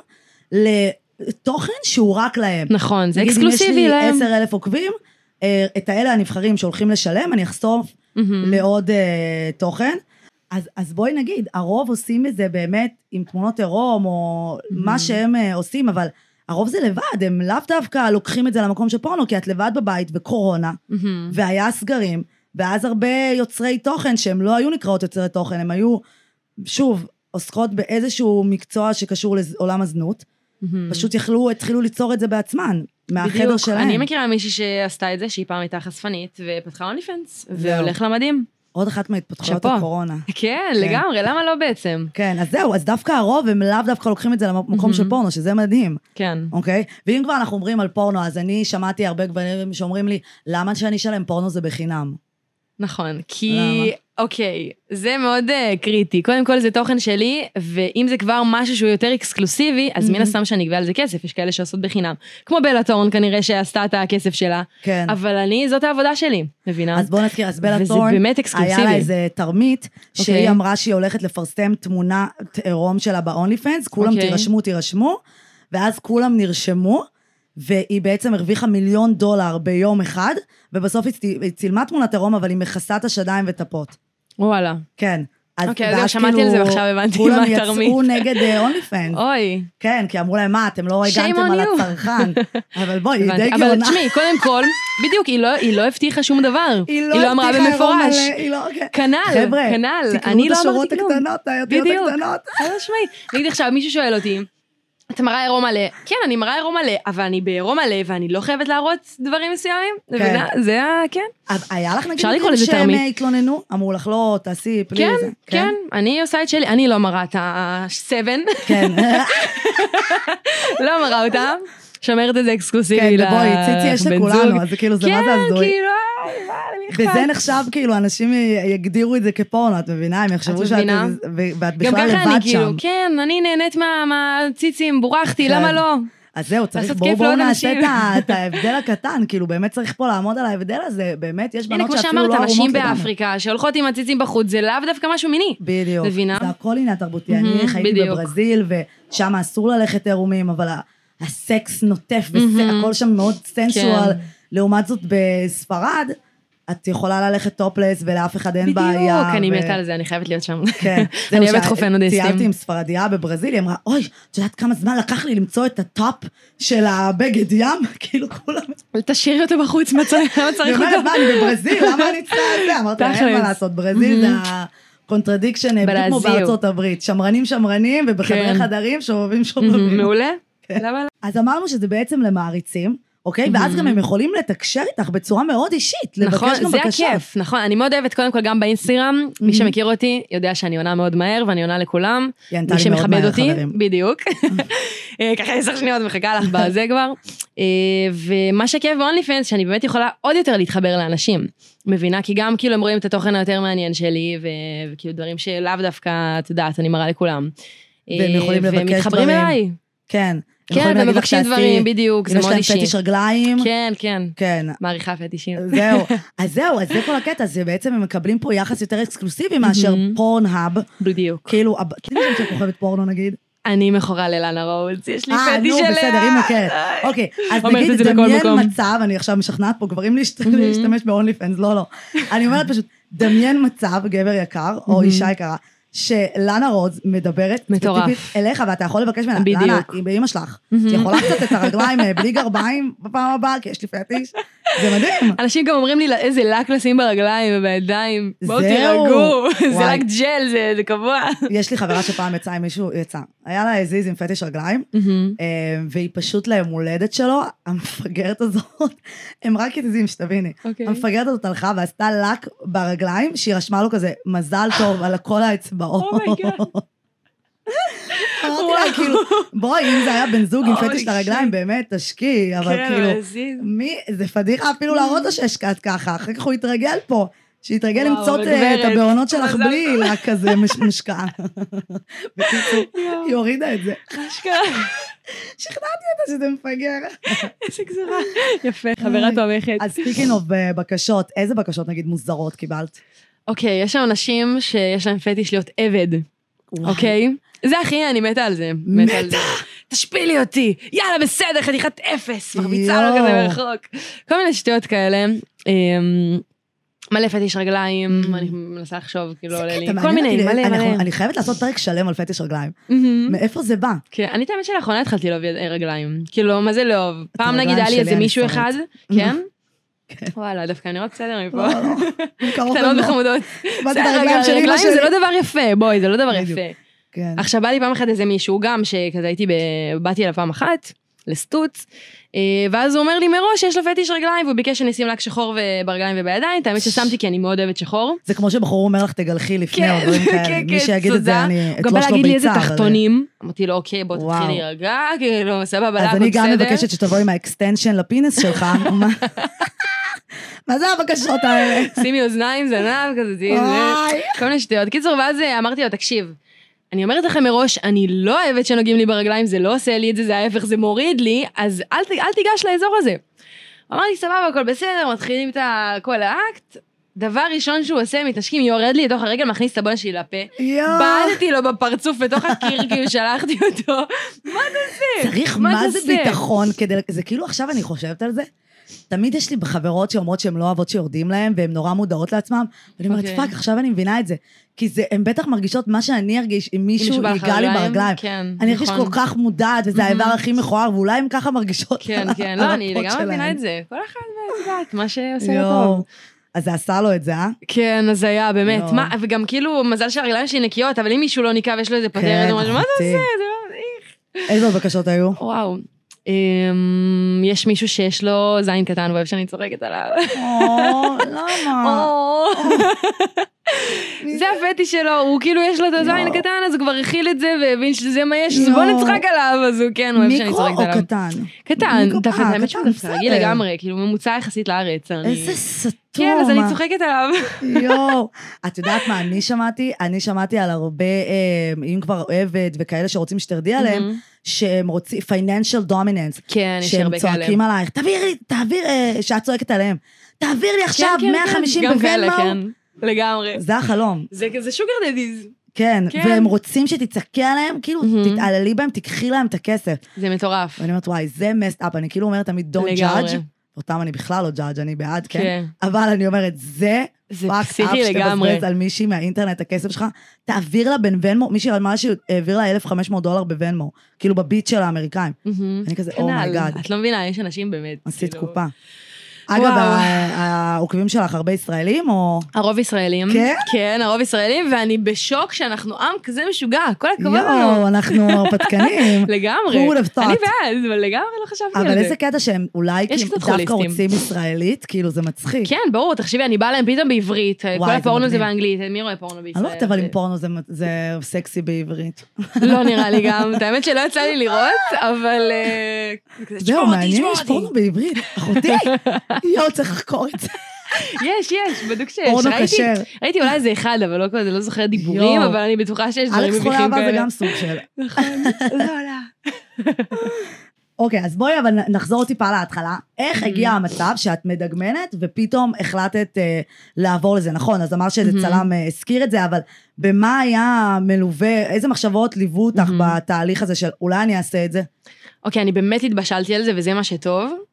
לתוכן שהוא רק להם. נכון, זה אקסקלוסיבי להם. נגיד, אם יש לי 10,000 עוקבים, את האלה הנבחרים שהולכים לשלם, אני אחשוף לעוד תוכן. אז בואי נגיד, הרוב עושים את זה באמת עם תמונות עירום, או מה שהם עושים, אבל הרוב זה לבד, הם לאו דווקא לוקחים את זה למקום של פורנו, כי את לבד בבית וקורונה, והיה סגרים, ואז הרבה יוצרי תוכן, שהם לא היו נקראות יוצרי תוכן, הם היו, שוב, עוסקות באיזשהו מקצוע שקשור לעולם הזנות, פשוט התחילו ליצור את זה בעצמן, מהחדר שלהם. אני מכירה מישהי שעשתה את זה, שהיא פעם הייתה חשפנית, ופתחה OnlyFans, והולך למדים. עוד אחת מהתפתחויות הקורונה. כן, לגמרי, למה לא בעצם? כן, אז זהו, אז דווקא הרוב, הם לאו דווקא לוקחים את זה למקום של פורנו, שזה מדהים. כן. אוקיי? ואם כבר אנחנו אומרים על פורנו, אז אני שמעתי הרבה גברים שאומרים לי, למה שאני אשלם פורנו זה בחינם? נכון, כי, אוקיי, זה מאוד קריטי. קודם כל זה תוכן שלי, ואם זה כבר משהו שהוא יותר אקסקלוסיבי, אז מן הסתם שאני אגבה על זה כסף, יש כאלה שעושות בחינם. כמו בלאטורן כנראה שעשתה את הכסף שלה, כן. אבל זאת העבודה שלי, מבינה? אז בוא נזכיר, אז בלאטורן, וזה באמת אקסקלוסיבי. היה לה איזה תרמית, שהיא אמרה שהיא הולכת לפרסם תמונה עירום שלה ב-OnlyFans, כולם תירשמו, ואז כולם נרשמו, והיא בעצם הרוויחה $1,000,000 ביום אחד, ובסוף היא צילמה תמונת עירום, אבל היא מכסה את השדיים ואת הפות. וואלה. כן. אוקיי, אז שמעתי על זה ועכשיו הבנתי מה התרמית. כולם יצאו נגד OnlyFans. אוי. כן, כי אמרו להם, מה, אתם לא הגנתם על הצרכן. אבל בואי, היא די גאונה. אבל תשמעי, קודם כל, בדיוק, היא לא הבטיחה שום דבר. היא לא אמרה במפורש. כנ"ל, כנ"ל. תקראו את השורות הקטנות, היותר הקטנות. תשמעי, נגיד עכשיו, מישהו שואל אותי, את מראה עירום מלא. כן, אני מראה עירום מלא, אבל אני בעירום מלא, ואני לא חייבת להראות דברים מסוימים. זה כן. היה לך נגיד שהם התלוננו? אמרו לך לא, תעשי, פליז. כן, אני עושה את שלי. אני לא מראה את ה-7. כן. לא מראה אותה. שומרת את זה אקסקלוסיבי לבן זוג. כן, בואי, ציצי יש לכולנו, אז זה כאילו, זה מה זה הזוי. כן, כאילו, וזה נחשב, כאילו, אנשים יגדירו את זה כפורנו, את מבינה? הם יחשבו ואת בכלל לבד שם. כן, אני נהנית מהציצים, בורחתי, למה לא? אז זהו, צריך, בואו נעשה את ההבדל הקטן, כאילו באמת צריך פה לעמוד על ההבדל הזה, באמת יש בנות שאפילו לא כמו שאמרת, ערומות נשים באפריקה שהולכות עם הציצים בחוץ, זה לאו דווקא משהו מיני. בדיוק. זה הכל עניין תרבותי, אני חייתי בברזיל, ושם אסור ללכת עירומים, אבל הסקס נוטף, והכל שם מאוד סנסואל, לעומת זאת בספרד, את יכולה ללכת טופלס ולאף אחד אין בעיה. בדיוק, אני מתה על זה, אני חייבת להיות שם. כן. אני אוהבת חופי נודיסטים. ציילתי עם ספרדיה בברזיל, היא אמרה, אוי, את יודעת כמה זמן לקח לי למצוא את הטופ של הבגד ים? כאילו כולם... תשאירי אותו בחוץ, מה צריך אותו? היא אומרת, מה, אני בברזיל, למה אני צריכה את זה? אמרתי, אין מה לעשות, ברזיל זה הקונטרדיקשן, בדיוק כמו בארצות הברית, שמרנים, ובחדרי חדרים, שובבים. מעולה. אז אמרנו שזה בעצם למעריצים, אוקיי? ואז גם הם יכולים לתקשר איתך בצורה מאוד אישית, לבקש גם בקשה. נכון, זה הכיף, נכון. אני מאוד אוהבת קודם כל גם באינסטגרם, מי שמכיר אותי יודע שאני עונה מאוד מהר, ואני עונה לכולם. מי שמכבד אותי, בדיוק. ככה 10 שניות מחכה לך בזה כבר. ומה שכיף ב-OnlyFans, שאני באמת יכולה עוד יותר להתחבר לאנשים. מבינה? כי גם כאילו הם רואים את התוכן היותר מעניין שלי, וכאילו דברים שלאו דווקא, את יודעת, אני מראה לכולם. והם יכולים לבקש דברים. כן. כן, ומבקשים דברים, בדיוק, זה מאוד אישי. יש להם פטיש רגליים. כן. מעריכה פטישים. אז זה כל הקטע, זה בעצם הם מקבלים פה יחס יותר אקסקלוסיבי מאשר פורנהאב. בדיוק. כאילו, תני לי שם שכוכבת פורנו נגיד. אני מכורה ללנה רודס, יש לי פטיש אליה. בסדר, היא מוכרת. אוקיי, אז נגיד, דמיין מצב, אני עכשיו משכנעת פה גברים להשתמש ב-OnlyFans, לא. אני אומרת פשוט, דמיין מצב, גבר יקר, או אישה יקרה, שלנה רוז מדברת מטורף. ספציפית אליך, ואתה יכול לבקש ממנה, בדיוק. לנה, היא באמא שלך, את יכולה קצת את הרגליים בלי גרביים בפעם הבאה, כי יש לי פטיש, זה מדהים. אנשים גם אומרים לי איזה לק לשים ברגליים ובידיים, בואו זהו. תירגעו, זה וואי. לק ג'ל, זה קבוע. יש לי חברה שפעם יצאה עם מישהו, היה לה הזיז עם פטיש רגליים, והיא פשוט ליום הולדת שלו, המפגרת הזאת, הם רק יתזים, שתביני, אוקיי. המפגרת הזאת הלכה ועשתה לק ברגליים, שהיא רשמה לו כזה, מזל טוב על כל האצבעות. אומייגאד. אמרתי לה, כאילו, בואי, אם זה היה בן זוג עם אוי, פטיש לרגליים, באמת, תשקיעי, אבל כן, כאילו, הזיז. זה פדיחה אפילו להראות לו שהשקעת ככה, אחר כך הוא יתרגל פה, שיתרגל וואו, למצוא וגברת, את הבעונות שלך מזל בלי לק כזה מושקע. בקיצור, היא הורידה את זה. אשכרה. שכנעתי אותה שזה מפגר. איזה גזרה. יפה, חברה תומכת. אז ספיקינג אוף בקשות, איזה בקשות נגיד מוזרות קיבלת? אוקיי, יש שם אנשים שיש להם פטיש להיות עבד, אוקיי? זה הכי, אני מתה על זה. מתה על זה. תשפילי אותי, יאללה בסדר, חתיכת אפס, מרביצה לו כזה מרחוק. כל מיני שטויות כאלה. מלא פטיש רגליים, אני מנסה לחשוב, כאילו עולה לי. כל מיני, מלא. אני חייבת לעשות פרק שלם על פטיש רגליים. מאיפה זה בא? כן, אני תאמת שלאחרונה התחלתי לאהוב רגליים. כאילו, מה זה לאהוב? פעם נגיד היה לי שלי, איזה אני מישהו שונאת. אחד, כן? כן. וואלה, דווקא נראות בסדר מפה. לא, לא. קרוב קטנות מאוד. וחמודות. באתי את הרגליים שלי, אמא רגליים זה שלי. לא דבר יפה, בואי, זה לא דבר בדיוק. יפה. כן. עכשיו בא לי פעם אחת איזה מישהו גם, שכזה באתי אליו פעם אחת, לסטוץ, ואז הוא אומר לי מראש שיש לו פטיש רגליים, והוא ביקש שאני אשים לק שחור ברגליים ובידיים, האמת ששמתי כי אני מאוד אוהבת שחור. זה כמו שבחור אומר לך תגלחי לפני או דברים כאלה. מי שיגיד את זה, אני הוא גם אתלוש בא לו להגיד לי איזה ביצה. אבל- תחתונים, אמרתי לו אוקיי בוא וואו. תתחיל להירגע, כאילו סבבה, אז הכל אני גם בסדר. מבקשת שתבוא עם האקסטנשן לפינס שלך. מה זה הבקשות האלה? שימי אוזניים, זנב, כזה, וואי. כל מיני שטויות. קיצור, ואז אמרתי לו, תקשיב, אני אומרת לכם מראש, אני לא אוהבת שנוגעים לי ברגליים, זה לא עושה לי את זה, זה ההפך, זה מוריד לי, אז אל תיגש לאזור הזה. הוא אמר לי, סבבה, הכל בסדר, מתחילים את כל האקט, דבר ראשון שהוא עושה, מתנשקים, יורד לי לתוך הרגל, מכניס את הבון שלי לפה, בעדתי לו בפרצוף בתוך הקיר, כאילו שלחתי אותו, מה אתה עושה? צריך מה זה ביטחון כדי, זה כאילו עכשיו אני חושבת על זה, תמיד יש לי חברות שאומרות שהן לא אוהבות שיורדים להן, והן נורא מודעות לעצמם, ואני אומרת, אוקיי. פאק, עכשיו אני מבינה את זה, כי הן בטח מרגישות מה שאני ארגיש, אם מישהו ייגע לי ברגליים, כן, אני ארגיש נכון. כל כך מודעת, וזה האיבר הכי מכוער, ואולי הן ככה מרגישות כן, כן, על לא, אני הפות לגמרי מבינה שלהן. את זה, כל אחד יודעת, מה שעושה לו יואו. טוב. אז זה עשה לו את זה, כן, אז היה, באמת, יואו. מה, וגם כאילו, מזל שהרגליים שלי נקיות, אבל אם מישהו לא ניקה ויש לו איזה פדרת, הוא אומר, מה זה עושה? זה לא... איזה עוד בקשות היו? וואו. יש מישהו שיש לו זין קטן, ואוהב שאני צוחקת עליו. למה? זה הפטי שלו, הוא כאילו יש לו את הזין הקטן, אז הוא כבר הכיל את זה, והבין שזה מה יש, אז בוא נצחק עליו, אז הוא כן, הוא אוהב שאני מיקרו צוחקת או עליו. קטן? קטן, מיקרו, דווקא, האמת שהוא דווקא בסדר. רגיל לגמרי, כאילו ממוצע יחסית לארץ. איזה סתום. כן, אז אני צוחקת עליו. יואו. את יודעת מה אני שמעתי? אני שמעתי על הרבה, אם כבר אוהבת וכאלה שרוצים שתרדי עליהם, שהם רוצים, financial dominance. כן, יש שהם הרבה כאלה. צועקים עלייך, תעביר, שאת צועקת עליהם. תעביר לי עכשיו כן, 150 גם כאלה, בוונמו. כן. לגמרי. זה החלום. זה כזה שוגר דדיז. כן, כן. והם רוצים שתצעקי עליהם, כאילו תתעללי בהם, תקחי להם את הכסף. זה מטורף. ואני אומרת, וואי, זה messed up, אני כאילו אומרת תמיד, don't לגמרי. judge, אותם אני בכלל לא judge, אני בעד, כן? כן. אבל אני אומרת, זה זה fucked פסיכי up לגמרי. שתבזבז על מישהי מהאינטרנט הכסף שלך, תעביר לה בוונמו, מישהי אמרה שהעביר לה $1,500 בוונמו, כאילו בביט של האמריקאים. אני כזה, אומייגאד, את לא מבינה, יש אנשים באמת. עשית כאילו- קופה. אגב, העוקבים שלך הרבה ישראלים, או... הרוב ישראלים. כן? כן, הרוב ישראלים, ואני בשוק שאנחנו עם כזה משוגע, כל הכבוד לנו. יואו, אנחנו הרפתקנים. לגמרי. Who would have thought? אני בעד, אבל לגמרי לא חשבתי על זה. אבל איזה קטע שהם אולי יש כאילו קצת דווקא הוליסטים. רוצים ישראלית, כאילו זה מצחיק. כן, ברור, תחשבי, אני באה להם פתאום בעברית, כל זה הפורנו זה מדהים. באנגלית, מי רואה פורנו בישראל? אני לא יודעת, אבל עם פורנו זה סקסי בעברית. לא נראה לי גם, את האמת שלא יצא לי לראות, אבל... זהו, מעניין, יש פורנו בעברית. אחותי, יואו, צריך לחקור את זה. יש, בדוק שיש. פורנו כשר. ראיתי אולי איזה אחד, אבל לא כזה, לא זוכרת דיבורים, יואו. אבל אני בטוחה שיש דברים אלכס מביכים חולה הבא זה כאלה. גם סוג של... נכון, לא. אוקיי, אז בואי אבל נחזור טיפה להתחלה. איך הגיע המצב שאת מדגמנת ופתאום החלטת לעבור לזה? נכון, אז אמר שזה צלם הזכיר את זה, אבל במה היה מלווה, איזה מחשבות ליוו אותך בתהליך הזה של אולי אני אעשה את זה? אוקיי, אני באמת התבשלתי על זה, וזה מה שטוב.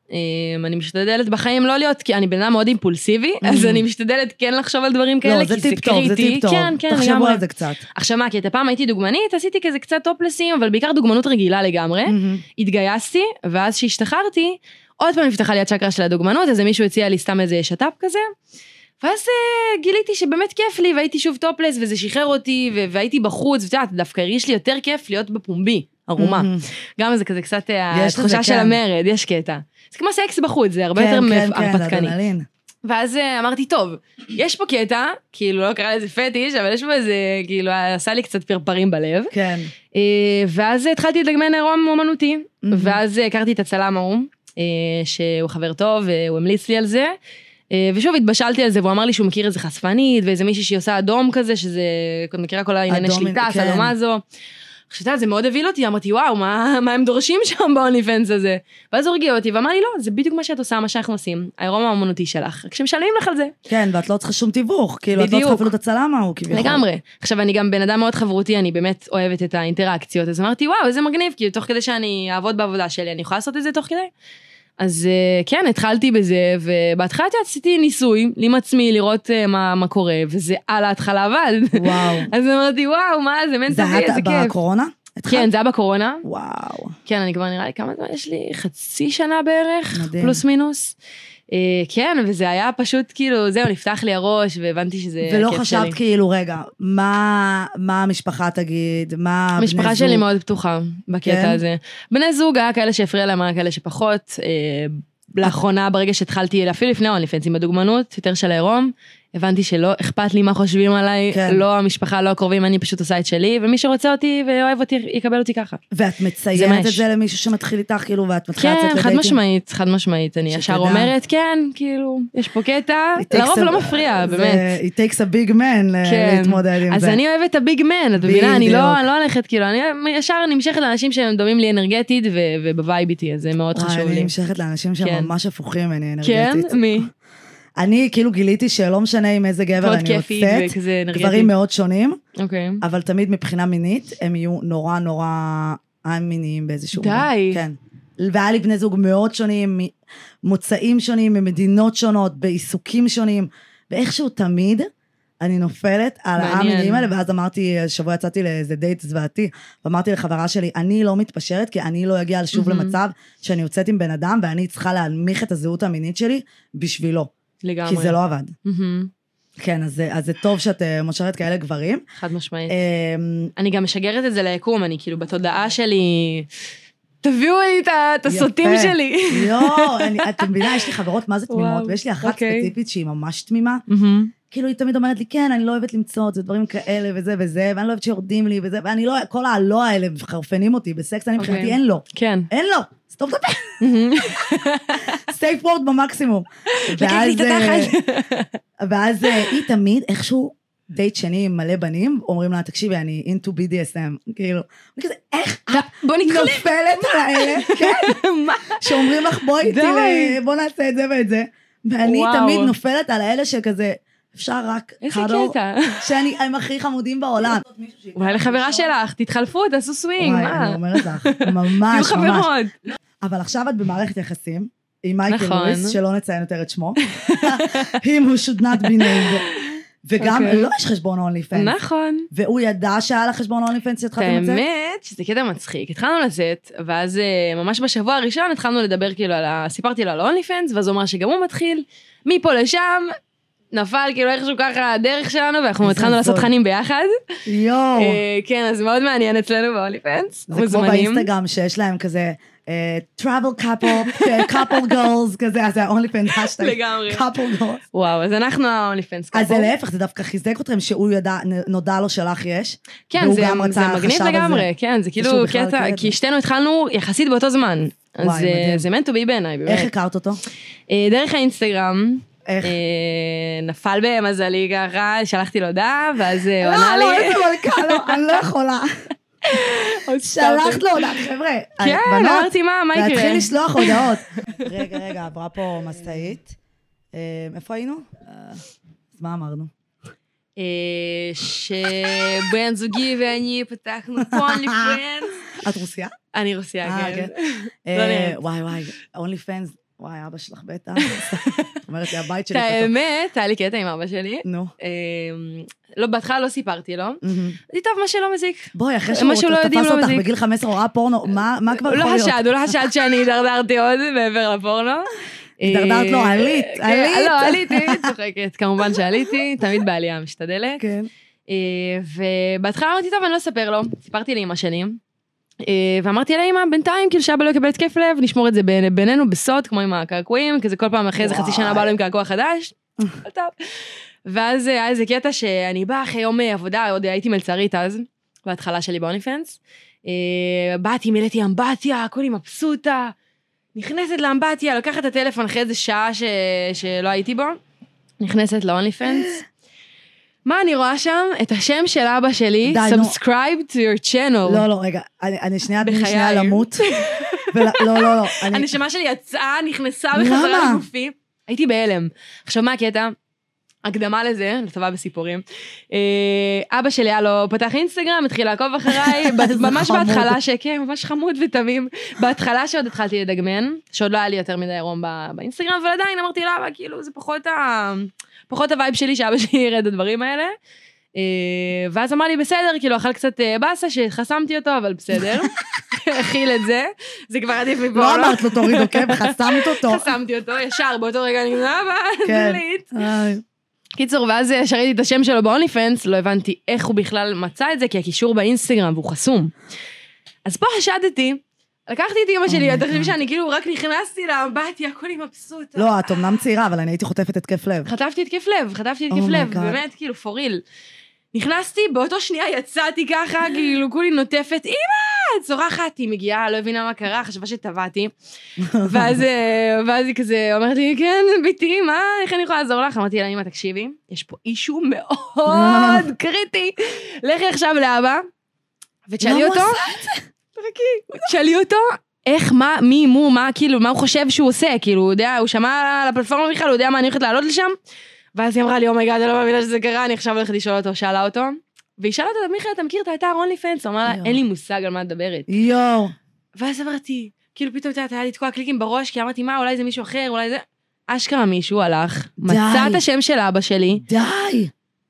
אני משתדלת בחיים לא להיות, כי אני בן אדם מאוד אימפולסיבי, אז אני משתדלת כן לחשוב על דברים כאלה, כי זה קריטי. זה טיפ טוב, כן, כן, תחשבו לגמרי. על זה קצת. עכשיו מה, כי את הפעם הייתי דוגמנית, עשיתי כזה קצת טופלסים, אבל בעיקר דוגמנות רגילה לגמרי. התגייסתי, ואז שהשתחררתי, עוד פעם נפתחה לי הצ'קרה של הדוגמנות, אז מישהו הציע לי סתם איזה שטאפ כזה, ואז גיליתי שבאמת כיף לי, והייתי שוב טופלס, וזה שחרר אותי, והייתי בחוץ, ותדעת, דווקא הרגיש לי יותר כיף להיות בפומבי, ערומה. גם זה כזה קצת התחושה של המרד, יש קטע. זה כמו סקס בחוץ, זה הרבה יותר הרפתקני. ואז אמרתי, טוב, יש פה קטע, כאילו לא קרא לזה פטיש, אבל יש פה איזה, כאילו, עשה לי קצת פרפרים בלב. כן. ואז התחלתי לדגמן עירום אומנותי, ואז הכרתי את הצלם ההוא, שהוא חבר טוב, והוא המליץ לי על זה, ושוב התבשלתי על זה, והוא אמר לי שהוא מכיר איזה חשפנית, ואיזה מישהי שהיא עושה אדום כזה, שזה מכירה כל הענייני שליטה, סדומה זו. עכשיו, זה מאוד הביל אותי, אמרתי, וואו, מה הם דורשים שם באוניפנס הזה? ואז הוא הרגיע אותי, ואמר לי, לא, זה בדיוק מה שאת עושה, מה שאנחנו עושים, העירום האומנותי שלך, כשמשלמים לך על זה. כן, ואת לא צריכה שום תיווך, כאילו, את לא צריכה אפילו את הצלם ההוא, כביכול. לגמרי. עכשיו, אני גם בן אדם מאוד חברותי, אני באמת אוהבת את האינטראקציות, אז אמרתי, וואו, איזה מגניב, כי תוך כדי שאני אעבוד בעבודה שלי, אני יכולה לעשות את זה תוך כדי? אז כן, התחלתי בזה, ובהתחלה עשיתי ניסוי, עם עצמי, לראות מה קורה, וזה על ההתחלה עבד. וואו. אז אמרתי, וואו, מה זה, מן תביא, איזה כיף. זה היה בקורונה? כן, זה היה בקורונה. וואו. כן, אני כבר נראה לי כמה זמן יש לי, חצי שנה בערך, מדהים. פלוס מינוס. כן, וזה היה פשוט כאילו, זהו, נפתח לי הראש, והבנתי שזה כיף שלי. ולא חשבת כאילו, רגע, מה המשפחה תגיד, מה בני זוג? המשפחה שלי מאוד פתוחה בקטע הזה. בני זוג היה כאלה שהפריע להם, היה כאלה שפחות. לאחרונה, ברגע שהתחלתי, אפילו לפני אוניפנס, עם הדוגמנות, יותר של העירום, הבנתי שלא אכפת לי מה חושבים עליי, לא המשפחה, לא הקרובים, אני פשוט עושה את שלי, ומי שרוצה אותי ואוהב אותי, יקבל אותי ככה. ואת מציינת את זה למישהו שמתחיל איתך, כאילו, ואת מתחילה לצאת לדייטים? כן, חד משמעית, אני ישר אומרת, כן, כאילו, יש פה קטע, לרוב לא מפריע, באמת. It takes a big man להתמודד עם זה. אז אני אוהבת את הביג מן, את מבינה, אני לא הולכת, כאילו, אני ישר נמשכת לאנשים שהם דומים לי אנרגטית, ובווייב איתי, אז זה מאוד חשוב לי. אני נמשכת לאנשים שהם ממש הפוכים ממני אנרגטית. כן, מי? אני כאילו גיליתי שלא משנה עם איזה גבר אני יוצאת, דברים מאוד שונים, אבל תמיד מבחינה מינית, הם יהיו נורא נורא מיניים באיזשהו די. כן. והיה לי בני זוג מאוד שונים, מוצאים שונים, ממדינות שונות, בעיסוקים שונים, ואיכשהו תמיד אני נופלת על המיניים האלה, ואז אמרתי, שבוע יצאתי לאיזה דייט זוועתי, ואמרתי לחברה שלי, אני לא מתפשרת, כי אני לא אגיע שוב למצב שאני יוצאת עם בן אדם, ואני צריכה להנמיך את הזהות המינית שלי בשבילו. לגמרי. כי זה לא עבד. כן, אז זה טוב שאת מושרת כאלה גברים. חד משמעית. אני גם משגרת את זה ליקום, אני כאילו בתודעה שלי, תביאו לי את הסוטים שלי. לא, את מבינה, יש לי חברות מה זה תמימות, ויש לי אחת ספציפית שהיא ממש תמימה, כאילו היא תמיד אומרת לי, כן, אני לא אוהבת למצוא, זה דברים כאלה וזה וזה, ואני לא אוהבת שיורדים לי וזה, ואני לא, כל הלא האלה חרפנים אותי, בסקס אני מבחינתי אין לו. כן. אין לו. סטופ דפה. סייף וורד במקסימום. ואז היא תמיד, איכשהו דייט שני עם מלא בנים, אומרים לה, תקשיבי, אני into BDSM. כאילו, אני כזה, איך את נופלת על האלה? שאומרים לך, בוא נעשה את זה ואת זה. ואני תמיד נופלת על האלה שכזה, אפשר רק קאדו, שהם הכי חמודים בעולם. אולי לחברה שלך, תתחלפו, תעשו סווינג, מה? וואי, אני אומרת לך, ממש, ממש. אבל עכשיו את במערכת יחסים, עם מייקל לואיס, שלא נציין יותר את שמו, אם הוא should not be named, וגם לא יש חשבון אונליפנס. נכון. והוא ידע שהיה לה חשבון אונליפנס שהתחלתם לצאת? באמת, שזה קטע מצחיק. התחלנו לצאת, ואז ממש בשבוע הראשון התחלנו לדבר כאילו סיפרתי לו על אונליפנס, ואז הוא אמר שגם הוא מתחיל, מפה לשם, נפל כאילו איכשהו ככה הדרך שלנו, ואנחנו התחלנו לעשות תכנים ביחד. יואו. כן, אז מאוד מעניין אצלנו באונליפנס. זה כמו באינסטגרם שיש להם כזה, travel couple girls, כזה, אז זה ה-OnlyFans hashtag. לגמרי. couple girls. וואו, אז אנחנו ה-OnlyFans couple. אז זה להפך, זה דווקא חיזק אתכם שהוא נודע לו שלך יש. כן, זה מגניב לגמרי, כן, זה כאילו קטע, כי שתינו התחלנו יחסית באותו זמן. אז זה meant to be בעיניי, באמת. איך הכרת אותו? דרך האינסטגרם. איך? נפל במזלי ככה, שלחתי לו הודעה, ואז הוא ענה לי. לא, אני לא יכולה. שלחת לו הודעה, חבר'ה. כן, אמרתי מה יקרה? להתחיל לשלוח הודעות. רגע, עברה פה מסתאית. איפה היינו? אז מה אמרנו? שבן זוגי ואני פתחנו OnlyFans. את רוסיה? אני רוסיה, כן. וואי, OnlyFans. וואי, אבא שלך בטח. אומרת לי, הבית שלי את פתוח. האמת, היה לי קטע עם אבא שלי. נו. לא, בהתחלה לא סיפרתי לו. אמרתי, טוב, מה שלא מזיק. בואי, אחרי מה שהוא שלא יודעים תפס לא אותך מזיק. בגיל 15 רואה פורנו, מה כבר יכול להיות? הוא לא חשד שאני דרדרתי עוד מעבר לפורנו. דרדרת לו, עלית. לא, עליתי, צוחקת. כמובן שעליתי, תמיד בעלייה משתדלת. כן. ובהתחלה אמרתי, טוב, אני לא אספר לו. סיפרתי לאמא שלי. ואמרתי לאמא, בינתיים, כאילו שאבא לא יקבל התקף לב, נשמור את זה בינינו בסוד, כמו עם הקעקועים, כזה כל פעם אחרי איזה חצי שנה בא לו עם קעקוע חדש. טוב. ואז היה איזה קטע שאני באה אחרי יום עבודה, עוד הייתי מלצרית אז, בהתחלה שלי באוניפנס. באתי, מילאתי אמבטיה, הכל מבסוטה, נכנסת לאמבטיה, לוקחת את הטלפון אחרי איזה שעה שלא הייתי בו, נכנסת לאוניפנס. מה אני רואה שם? את השם של אבא שלי, subscribe to your channel. לא, רגע, אני שנייה למות. לא. הנשמה שלי יצאה, נכנסה בחזרה לגופי. הייתי בהלם. עכשיו מה הקטע? הקדמה לזה, לטובה בסיפורים. אבא שלי היה לו פתח אינסטגרם, התחיל לעקוב אחריי, ממש בהתחלה שכן, ממש חמוד ותמים. בהתחלה שעוד התחלתי לדגמן, שעוד לא היה לי יותר מדי עירום באינסטגרם, אבל עדיין אמרתי לה, כאילו זה פחות הווייב שלי שאבא שלי ירד את הדברים האלה. ואז אמר לי בסדר, כאילו אכל קצת בסה שחסמתי אותו, אבל בסדר. הכיל את זה, זה כבר עדיף מפה. לא אמרת לו תוריד עוקב, חסמת אותו. חסמתי אותו, ישר באותו רגע אני אבא, דלית. כן. קיצור, ואז שראיתי את השם שלו באוניפנס, לא הבנתי איך הוא בכלל מצא את זה, כי הקישור באינסטגרם והוא חסום. אז פה חשדתי, לקחתי את אמא שלי, אתה חושב שאני כאילו רק נכנסתי לאמבטיה, הכל עם מבסוט. לא, את אמנם צעירה, אבל אני הייתי חוטפת התקף לב. חטפתי התקף לב, באמת כאילו פוריל. נכנסתי, באותו שנייה יצאתי ככה, כאילו כולי נוטפת, אמא, צורחת, היא מגיעה, לא הבינה מה קרה, חשבה שטבעתי. ואז היא כזה אומרת לי, כן, ביתי, מה, איך אני יכולה לעזור לך? אמרתי לה, אמא, תקשיבי, יש פה אישו מאוד קריטי. לכי עכשיו לאבא, ותשאלי אותו, תשאלי אותו, איך, מי, מה, כאילו, מה הוא חושב שהוא עושה, כאילו, הוא יודע, הוא שמע על הפלטפורמה בכלל, הוא יודע מה אני הולכת לעלות לשם, ואז היא אמרה לי, אומייגאד, אני לא מאמינה שזה קרה, אני עכשיו הולכת לשאול אותו, שאלה אותו, והיא שאלה אותו, מיכאל, אתה מכיר את האתר אונליפנס? הוא אמר לה, אין לי מושג על מה את מדברת. ואז אמרתי, כאילו פתאום היה לי תקוע קליקים בראש, כי אמרתי, מה, אולי זה מישהו אחר, אולי זה... אשכרה מישהו הלך, מצא את השם של אבא שלי. די.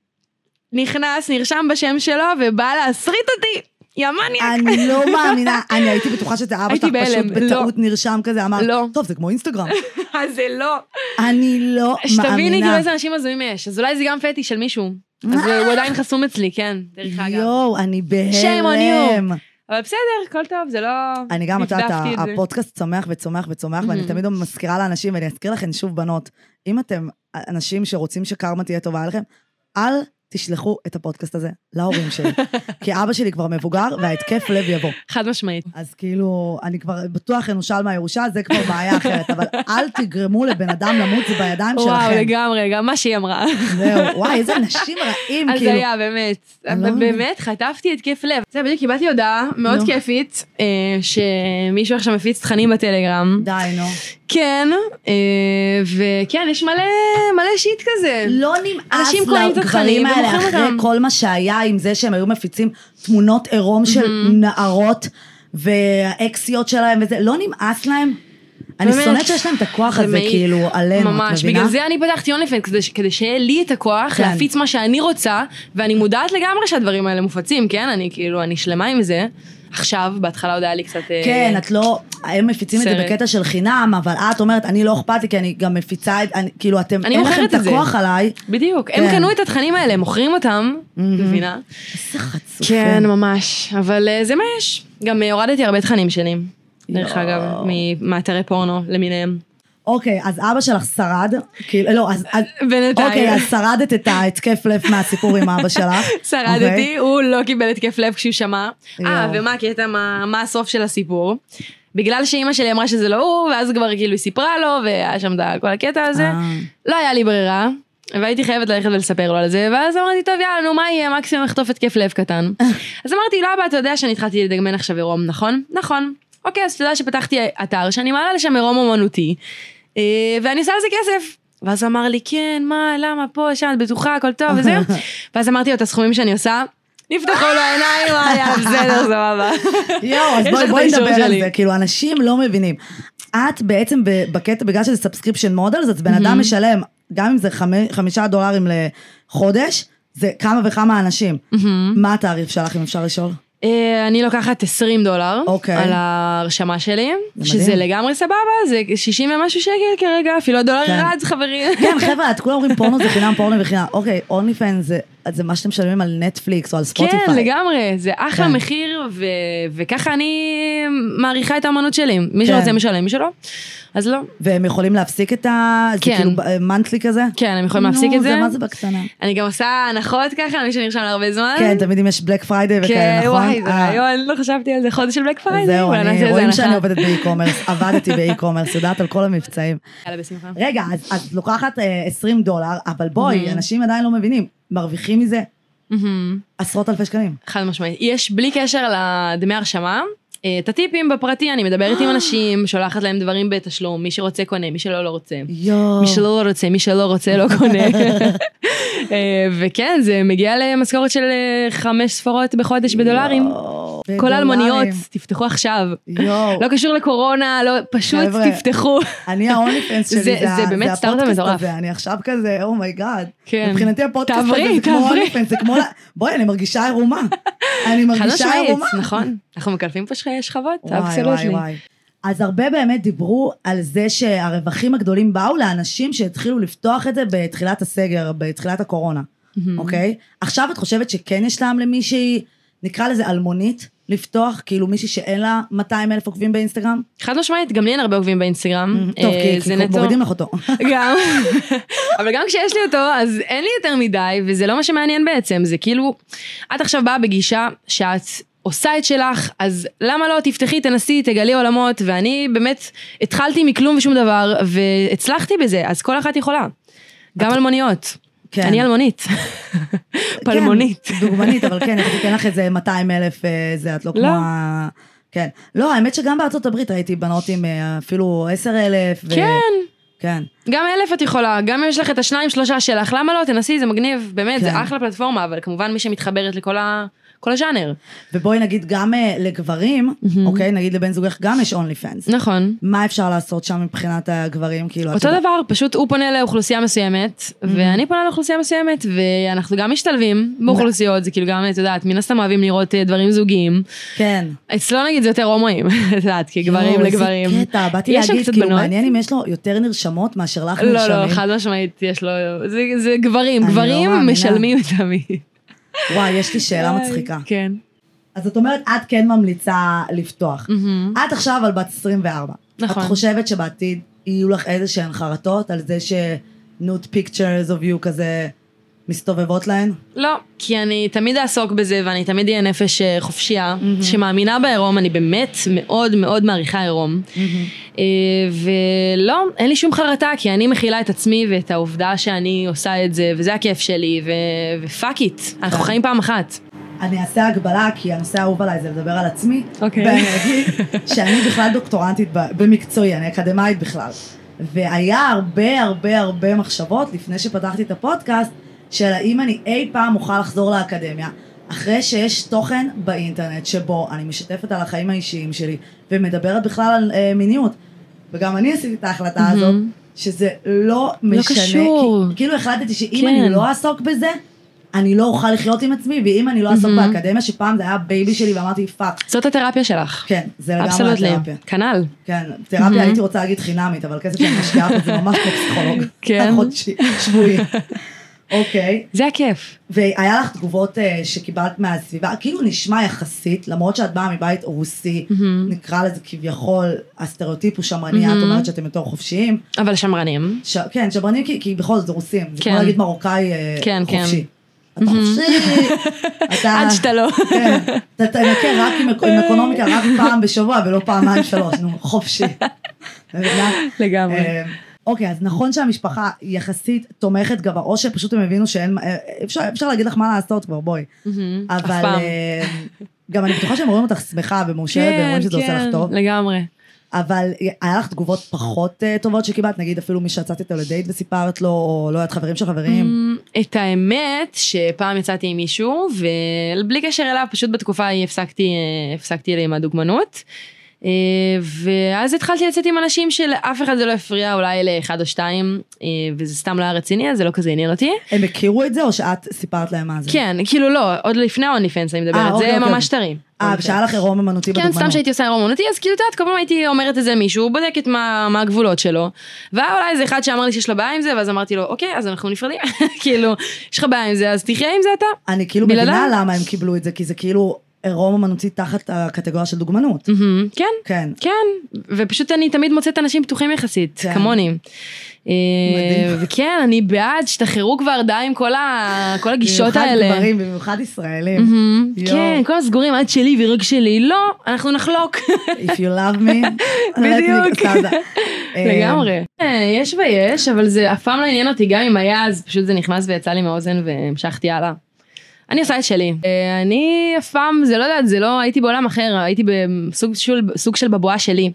נכנס, נרשם בשם שלו, ובא להסריט אותי. ימניאק. אני לא מאמינה, אני הייתי בטוחה שזה אבא שלך פשוט בטעות נרשם כזה, אמר, טוב, זה כמו אינסטגרם. זה לא. אני לא מאמינה. שתביני כאילו איזה אנשים הזויים יש, אז אולי זה גם פטי של מישהו. אז הוא עדיין חסום אצלי, כן, דרך אגב. יואו, אני בהלם. shame on you. אבל בסדר, כל טוב, זה לא... אני גם, הפודקאסט צומח וצומח וצומח, ואני תמיד מזכירה לאנשים, ואני אזכיר לכם שוב בנות, אם אתם אנשים שרוצים שקרמה תהיה טובה עליכם, אל תשלחו את הפודקאסט הזה להורים שלי. כי אבא שלי כבר מבוגר, וההתקף לב יבוא. חד משמעית. אז כאילו, אני כבר בטוח אנושל מהירושה, זה כבר בעיה אחרת, אבל אל תגרמו לבן אדם למות, זה בידיים שלכם. וואו, לגמרי, גם מה שהיא אמרה. זהו, וואי, איזה נשים רעים, כאילו. אז זה היה, באמת. באמת, חטפתי התקף לב. זה בדיוק, קיבלתי הודעה מאוד כיפית, שמישהו עכשיו מפיץ תכנים בטלגרם. די, נו. כן, וכן, יש מלא שיט כזה. לא נמאס לגברים האלה אחרי כל מה שהיה עם זה שהם היו מפיצים תמונות עירום של נערות והאקסיות שלהם וזה, לא נמאס להם. אני שונאת שיש להם את הכוח הזה כאילו עלינו, ממש, בגלל זה אני פתחתי אונליפנס, כדי שיהיה לי את הכוח להפיץ מה שאני רוצה, ואני מודעת לגמרי שהדברים האלה מופצים, כן? אני כאילו, אני שלמה עם זה. עכשיו, בהתחלה עוד היה לי קצת... כן, את לא... הם מפיצים את זה בקטע של חינם, אבל את אומרת, אני לא אכפת לי, כי אני גם מפיצה... כאילו, אתם... אין לכם את הכוח עליי. בדיוק. הם קנו את התכנים האלה, הם מוכרים אותם, מבינה? איזה חצוף. כן, ממש. אבל זה מה יש. גם הורדתי הרבה תכנים שלי. דרך אגב, מאתרי פורנו למיניהם. אוקיי, אז אבא שלך שרד, כאילו, לא, אז... בינתיים. אוקיי, אז שרדת את ההתקף לב מהסיפור עם אבא שלך. שרדתי, הוא לא קיבל התקף לב כשהוא שמע. ומה הקטע, מה הסוף של הסיפור? בגלל שאמא שלי אמרה שזה לא הוא, ואז כבר כאילו היא סיפרה לו, והיה שם כל הקטע הזה. לא היה לי ברירה, והייתי חייבת ללכת ולספר לו על זה, ואז אמרתי, טוב, יאללה, נו, מה יהיה? מקסימום לחטוף התקף לב קטן. אז אמרתי, לא, אבא, אתה יודע שאני התחלתי לדגמן עכשיו עירום, נכון? נכון. אוקיי, אז אתה יודע שפתחתי אתר שאני מעלה לשם עירום אומנותי, ואני עושה לזה כסף. ואז אמר לי, כן, מה, למה, פה, שם, את בטוחה, הכל טוב, וזה. ואז אמרתי לו, את הסכומים שאני עושה, נפתחו לו עיניים, היה בסדר, סבבה. יואו, אז בואי נדבר על זה, כאילו, אנשים לא מבינים. את בעצם בקטע, בגלל שזה סאבסקריפשן מודל, אז בן אדם משלם, גם אם זה $5 לחודש, זה כמה וכמה אנשים. מה התעריף שלך, אם אפשר לשאול? אני לוקחת $20 על ההרשמה שלי, שזה לגמרי סבבה, זה 60 ומשהו שקל כרגע, אפילו $1 אחד, חברים. כן, חבר'ה, את כולם אומרים פורנו זה חינם, פורנו וחינם. אוקיי, OnlyFans זה מה שאתם משלמים על נטפליקס או על ספוטיפיי. כן, לגמרי, זה אחלה מחיר, וככה אני מעריכה את האמנות שלי. מי שרוצה משלם, מי שלא, אז לא. והם יכולים להפסיק את ה... זה כאילו מנטלי כזה? כן, הם יכולים להפסיק את זה. מה זה בקטנה? אני גם עושה הנחות ככה, מי שנרשם להרבה זמן. כן, תמיד אם יש בלק פריידי וכאלה, נכון? וואי, זה רעיון, לא חשבתי על זה, חודש של בלק פריידי. זהו, רואים שאני עובדת באי-קומרס, עבדתי באי-קומרס, יודעת על כל המבצעים. יאללה, בשמחה. רגע, אז לוקחת $20, אבל בואי, אנשים עדיין לא מבינים, מרוויחים מזה עשרות אלפי שקלים. חד משמעית. יש בלי קשר לדמי הרשמה, את הטיפים בפרטי, אני מדברת עם אנשים, שולחת להם דברים בתשלום, מי שרוצה קונה, מי שלא לא רוצה. מי שלא לא רוצה, מי שלא רוצה לא קונה. וכן, זה מגיע למשכורת של 5 ספרות בחודש בדולרים. כל האלמוניות, תפתחו עכשיו. לא קשור לקורונה, פשוט תפתחו. אני ה-OnlyFans שלי, זה באמת סטארט-אפ מטורף. אני עכשיו כזה, אומייגאד. כן. מבחינתי הפודקאסט הזה זה כמו OnlyFans, זה כמו... בואי, אני מרגישה עירומה. אני מרגישה עירומה. נכון. אנחנו מקלפים פה שכבות, וואי. אז הרבה באמת דיברו על זה שהרווחים הגדולים באו לאנשים שהתחילו לפתוח את זה בתחילת הסגר, בתחילת הקורונה, אוקיי? עכשיו את חושבת שכן יש טעם למישהי, נקרא לזה אלמונית, לפתוח, כאילו מישהי שאין לה 200,000 עוקבים באינסטגרם? חד משמעית, גם לי אין הרבה עוקבים באינסטגרם. טוב, כי מורידים לך אותו. גם, אבל גם כשיש לי אותו, אז אין לי יותר מדי, וזה לא מה שמעניין בעצם, זה כאילו, את עכשיו באה בגישה שאת עושה את שלך, אז למה לא תפתחי, תנסי, תגלי עולמות, ואני באמת התחלתי מכלום ושום דבר, והצלחתי בזה, אז כל אחת יכולה. גם אלמוניות. אני אלמונית. פלמונית. דוגמנית, אבל כן, אני אתן לך את זה 200,000, זה את לא כמו... כן. לא, האמת שגם בארצות הברית ראיתי בנות עם אפילו 10,000. כן. כן. גם 1,000 את יכולה, גם אם יש לך את 2-3 שלך, למה לא? תנסי, זה מגניב, באמת, זה אחלה פלטפורמה, אבל כמובן מי שמתחברת כל הז'אנר. ובואי נגיד גם לגברים, אוקיי, נגיד לבן זוגך גם יש OnlyFans. נכון. מה אפשר לעשות שם מבחינת הגברים? אותו דבר, פשוט הוא פונה לאוכלוסייה מסוימת, ואני פונה לאוכלוסייה מסוימת, ואנחנו גם משתלבים באוכלוסיות, זה כאילו גם, את יודעת, מן הסתם אוהבים לראות דברים זוגיים. כן. אצלו נגיד זה יותר הומואים, את יודעת, כי גברים לגברים. איזה קטע, באתי להגיד, כאילו מעניין אם יש לו יותר נרשמות מאשר לך נרשמים. לא, חד משמעית, יש לו, זה גברים, גברים משלמים תמיד. וואי, יש לי שאלה מצחיקה. כן. אז את אומרת, את כן ממליצה לפתוח. את עכשיו על בת 24. נכון. את חושבת שבעתיד יהיו לך איזה שהן חרטות על זה ש-nude pictures of you כזה מסתובבות להן? לא, כי אני תמיד אעסוק בזה, ואני תמיד אהיה נפש חופשייה, שמאמינה בעירום, אני באמת מאוד מאוד מעריכה עירום. ולא, אין לי שום חרטה, כי אני מכילה את עצמי ואת העובדה שאני עושה את זה, וזה הכיף שלי, ופאק איט, אנחנו חיים פעם אחת. אני אעשה הגבלה, כי הנושא האהוב עליי זה לדבר על עצמי, אוקיי. ואני אגיד שאני בכלל דוקטורנטית במקצועי, אני אקדמאית בכלל. והיה הרבה מחשבות לפני שפתחתי את הפודקאסט, של האם אני אי פעם אוכל לחזור לאקדמיה, אחרי שיש תוכן באינטרנט שבו אני משתפת על החיים האישיים שלי, ומדברת בכלל על מיניות. וגם אני עשיתי את ההחלטה הזאת, שזה לא משנה. לא קשור. כאילו החלטתי שאם אני לא אעסוק בזה, אני לא אוכל לחיות עם עצמי, ואם אני לא אעסוק באקדמיה, שפעם זה היה בייבי שלי, ואמרתי, פאק. זאת התרפיה שלך. כן, זה לגמרי התרפיה. כנ"ל. כן, תרפיה הייתי רוצה להגיד חינמית, אבל כסף שאני משקיעה פה זה ממש כמו פסיכולוג. כן. חודשי, שבועי. אוקיי. זה הכיף. והיה לך תגובות שקיבלת מהסביבה, כאילו נשמע יחסית, למרות שאת באה מבית רוסי, נקרא לזה כביכול, הסטריאוטיפ הוא שמרני, את אומרת שאתם יותר חופשיים. אבל שמרנים. כן, שמרנים כי בכל זאת זה רוסים, זה כמו להגיד מרוקאי חופשי. אתה חופשי, עד שאתה לא. אתה תנקה רק עם אקונומיקה, רק פעם בשבוע ולא פעמיים 3, נו, חופשי. לגמרי. אוקיי, אז נכון שהמשפחה יחסית תומכת גבר, או שפשוט הם הבינו שאין, אפשר להגיד לך מה לעשות כבר, בואי. אבל גם אני בטוחה שהם רואים אותך שמחה ומאושרת, והם רואים שזה עושה לך טוב. לגמרי. אבל היה לך תגובות פחות טובות שקיבלת, נגיד אפילו מי שיצאת איתו לדייט וסיפרת לו, או לא, את חברים של חברים? את האמת שפעם יצאתי עם מישהו, ובלי קשר אליו, פשוט בתקופה ההיא הפסקתי לי עם הדוגמנות. ואז התחלתי לצאת עם אנשים שלאף אחד זה לא הפריע, אולי לאחד או שתיים, וזה סתם לא היה רציני, אז זה לא כזה עניין אותי. הם הכירו את זה, או שאת סיפרת להם מה זה? כן, כאילו לא, עוד לפני OnlyFans אני מדברת, זה ממש טרי. שהיה לך עירום אמנותי בדוגמנות. כן, סתם שהייתי עושה עירום אמנותי, אז כאילו תעת, כל פעם הייתי אומרת את זה מישהו, בודקת מה הגבולות שלו, והיה אולי איזה אחד שאמר לי שיש לו בעיה עם זה, ואז אמרתי לו, אוקיי, אז אנחנו נפרדים, כאילו, יש לך בעיה עם זה, אז תחיה עם זה אתה. אני כאילו מבינה למה הם קיבלו את זה, כי זה כאילו עירום אמנותי תחת הקטגוריה של דוגמנות. כן, כן, ופשוט אני תמיד מוצאת אנשים פתוחים יחסית, כמוני. וכן, אני בעד שתחררו כבר די עם כל הגישות האלה. במיוחד גברים, במיוחד ישראלים. כן, כל הסגורים, עד שלי ורק שלי. לא, אנחנו נחלוק. If you love me. בדיוק. לגמרי. יש ויש, אבל זה אף פעם לא עניין אותי, גם אם היה, אז פשוט זה נכנס ויצא לי מהאוזן והמשכתי הלאה. אני עושה את שלי. אני אף פעם, זה לא יודעת, זה לא, הייתי בעולם אחר, הייתי בסוג של בבואה שלי.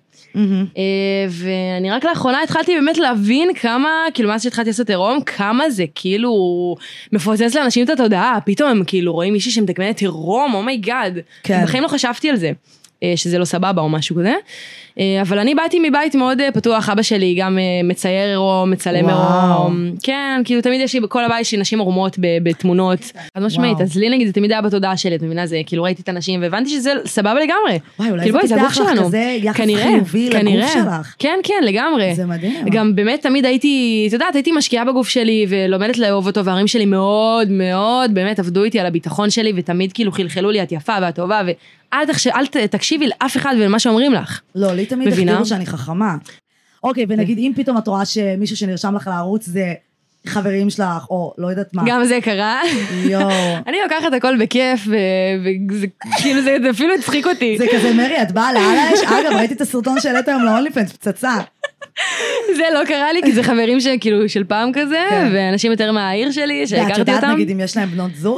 ואני רק לאחרונה התחלתי באמת להבין כמה, כאילו מאז שהתחלתי לעשות עירום, כמה זה כאילו מפוצץ לאנשים את התודעה, פתאום הם כאילו רואים מישהי שמתקמנת עירום, אומייגאד, בחיים לא חשבתי על זה, שזה לא סבבה או משהו כזה, אבל אני באתי מבית מאוד פתוח, אבא שלי גם מצייר עירום, מצלם עירום, כן, כאילו תמיד יש לי בכל הבית שנשים ערומות בתמונות, חד משמעית, אז לי נגיד זה תמיד היה בתודעה שלי, את מבינה זה, כאילו ראיתי את הנשים והבנתי שזה סבבה לגמרי, כאילו בואי, זה הגוף שלנו, כזה יחס חיובי לגוף שלך, כן, כן, לגמרי, זה מדהים, גם באמת תמיד הייתי, את יודעת, הייתי משקיעה בגוף שלי ולומדת לאהוב אותו, וההורים שלי מאוד מאוד באמת עבדו איתי על הביטחון שלי, ותמיד כאילו חלחלו לי את יפה ואת טובה, אל תקשיבי לאף אחד ולמה שאומרים לך. לא, לי תמיד החדירו שאני חכמה. אוקיי, ונגיד, אם פתאום את רואה שמישהו שנרשם לך לערוץ זה חברים שלך, או לא יודעת מה. גם זה קרה. אני לוקחת הכל בכיף, וכאילו זה אפילו הצחיק אותי. זה כזה, מרי, את באה לאלש? אגב, ראיתי את הסרטון שהעלית היום ל-OnlyFans, פצצה. זה לא קרה לי, כי זה חברים שכאילו של פעם כזה, ואנשים יותר מהעיר שלי, שהכרתי אותם. ואת יודעת, נגיד, אם יש להם בנות זוג?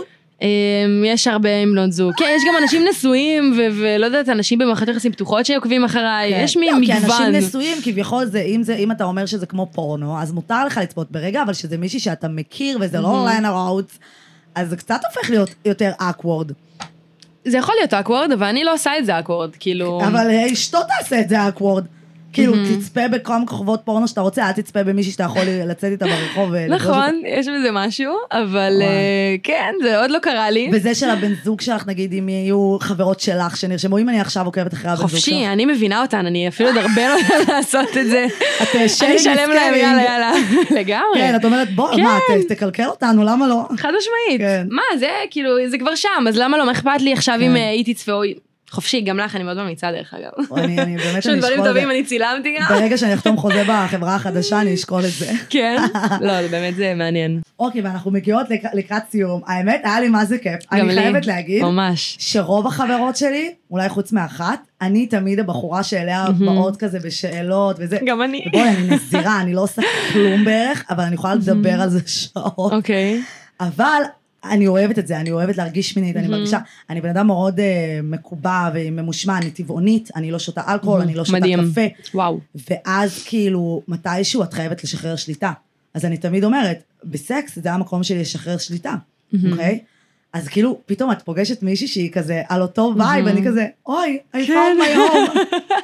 יש הרבה עם בנות זוג. כן, יש גם אנשים נשואים, ולא יודעת, אנשים במערכות יחסים פתוחות שעוקבים אחריי, יש מגוון. כי אנשים נשואים, כביכול זה, אם אתה אומר שזה כמו פורנו, אז מותר לך לצפות ברגע, אבל שזה מישהי שאתה מכיר, וזה לא ליין הערוץ, אז זה קצת הופך להיות יותר awkward. זה יכול להיות awkward, אבל אני לא עושה את זה awkward, כאילו... אבל אשתו תעשה את זה awkward. כאילו, תצפה בכמה כוכבות פורנו שאתה רוצה, אל תצפה במישהי שאתה יכול לצאת איתה ברחוב. נכון, יש בזה משהו, אבל כן, זה עוד לא קרה לי. וזה של הבן זוג שלך, נגיד, אם יהיו חברות שלך שנרשמו, אם אני עכשיו עוקבת אחרי הבן זוג שלך. חופשי, אני מבינה אותן, אני אפילו עוד הרבה לא יודעת לעשות את זה. אני אשלם להם, יאללה, לגמרי. כן, את אומרת, בוא, מה, תקלקל אותנו, למה לא? חד משמעית. מה, זה כאילו, זה כבר שם, אז למה לא, מה אכפת לי עכשיו אם היא תצפה או... חופשי, גם לך, אני מאוד ממליצה דרך אגב. אני באמת, אני אשקול דברים טובים, אני צילמתי גם. ברגע שאני אחתום חוזה בחברה החדשה, אני אשקול את זה. כן? לא, זה באמת זה מעניין. אוקיי, ואנחנו מגיעות לקראת סיום. האמת, היה לי מה זה כיף. אני חייבת להגיד, שרוב החברות שלי, אולי חוץ מאחת, אני תמיד הבחורה שאליה באות כזה בשאלות וזה. גם אני. ובואי, אני נזירה, אני לא עושה כלום בערך, אבל אני יכולה לדבר על זה שעות. אוקיי. אבל... אני אוהבת את זה, אני אוהבת להרגיש מינית, אני מרגישה, אני בן אדם מאוד מקובע וממושמע, אני טבעונית, אני לא שותה אלכוהול, אני לא שותה קפה. וואו. ואז כאילו, מתישהו את חייבת לשחרר שליטה. אז אני תמיד אומרת, בסקס זה המקום שלי לשחרר שליטה, אוקיי? אז כאילו, פתאום את פוגשת מישהי שהיא כזה, על אותו וייב, אני כזה, אוי, I found my home.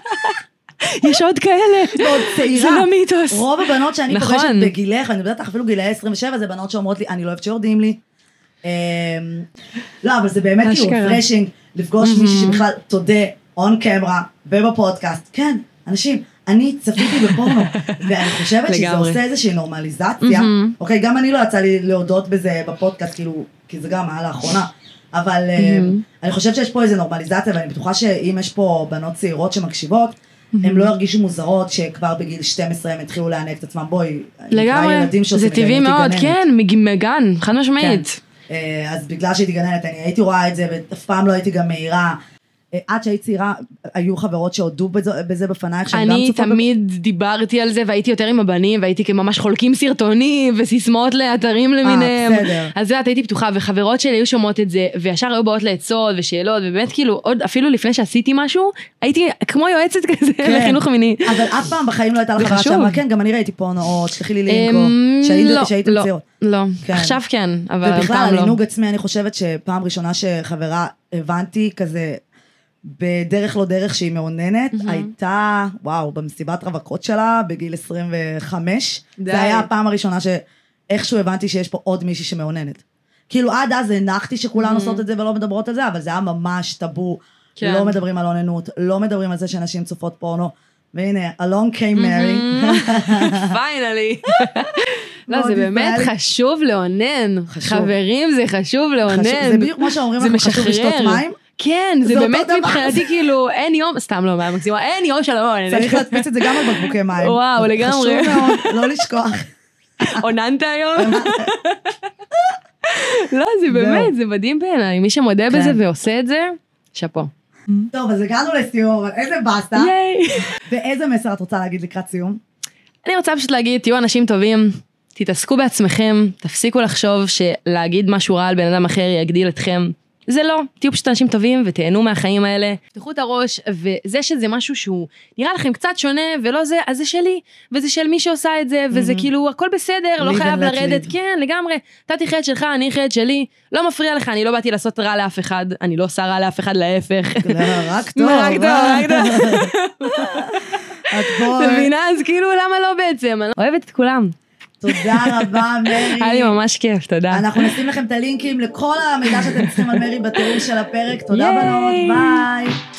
יש עוד כאלה. מאוד צעירה. זה לא מיתוס. רוב הבנות שאני פוגשת בגילך, אני יודעת אפילו גילאי 27, זה בנות שאומרות לי, אני לא אוהבת שיורדים לי. לא, אבל זה באמת כאילו פרשינג, לפגוש מישהי שבכלל תודה, און קמרה, ובפודקאסט. כן, אנשים, אני צפיתי בפורנו, ואני חושבת שזה עושה איזושהי נורמליזציה. אוקיי, גם אני לא יצא לי להודות בזה בפודקאסט, כאילו, כי זה גם היה לאחרונה. אבל אני חושבת שיש פה איזו נורמליזציה, ואני בטוחה שאם יש פה בנות צעירות שמקשיבות, הם לא ירגישו מוזרות שכבר בגיל 12 הם התחילו להענק את עצמם. בואי, לגמרי, זה טבעי מאוד, כן, מגן, חד משמעית. אז בגלל שהייתי גננת, אני הייתי רואה את זה, ואף פעם לא הייתי גם מהירה. עד שהיית צעירה, היו חברות שהודו בזה בפנייך, אני תמיד דיברתי על זה, והייתי יותר עם הבנים, והייתי ממש חולקים סרטונים, וסיסמאות לאתרים למיניהם. אז זה, הייתי פתוחה, וחברות שלי היו שומעות את זה, וישר היו באות לעצות ושאלות, ובאמת כאילו, עוד אפילו לפני שעשיתי משהו, הייתי כמו יועצת כזה לחינוך מיני. אבל אף פעם בחיים לא הייתה לך חברה שאמרה, כן, גם אני ראיתי פורנו, תשלחי לי לינקו, שהייתם צעירות. לא, עכשיו כן, אבל ובכלל, על עינוג עצמי, אני חושבת שפעם ראשונה שחברה הבנתי כזה, בדרך לא דרך שהיא מעוננת, הייתה, וואו, במסיבת רווקות שלה, בגיל 25, זה היה הפעם הראשונה שאיכשהו הבנתי שיש פה עוד מישהי שמעוננת. כאילו עד אז הנחתי שכולן עושות את זה ולא מדברות על זה, אבל זה היה ממש טאבו, לא מדברים על עוננות, לא מדברים על זה שאנשים צופות פורנו, והנה, along came Mary. finally. לא, זה באמת חשוב לעונן. חברים, זה חשוב לעונן. זה בדיוק כמו שאומרים לך, חשוב לשתות מים. כן, זה באמת מבחינתי כאילו, אין יום, סתם לא, מקסימה, אין יום שלא מעוננת. צריך להדפיס את זה גם על בקבוקי מים. וואו, לגמרי. חשוב מאוד, לא לשכוח. עוננת היום? לא, זה באמת, זה מדהים בעיניי. מי שמודה בזה ועושה את זה, שפו. טוב, אז הגענו לסיום, אבל איזה בסטה. ואיזה מסר את רוצה להגיד לקראת סיום? אני רוצה פשוט להגיד, תהיו אנשים טובים, תתעסקו בעצמכם, תפסיקו לחשוב שלהגיד משהו רע על בן אדם אחר יגדיל אתכם. זה לא, תהיו פשוט אנשים טובים ותהנו מהחיים האלה, תפתחו את הראש, וזה שזה משהו שהוא נראה לכם קצת שונה, ולא זה, אז זה שלי, וזה של מי שעושה את זה, וזה כאילו הכל בסדר, לא חייב לרדת, כן, לגמרי, אתה תחיה את שלך, אני אחיה את שלי, לא מפריע לך, אני לא באתי לעשות רע לאף אחד, אני לא עושה רע לאף אחד, להפך. רק טוב. רק טוב. את פה. מבינה, אז כאילו למה לא בעצם, אני אוהבת את כולם. תודה רבה, מרי. היה לי ממש כיף, תודה. אנחנו נשים לכם את הלינקים לכל המידע שאתם צריכים על מרי בתיאור של הפרק. תודה בנות, ביי.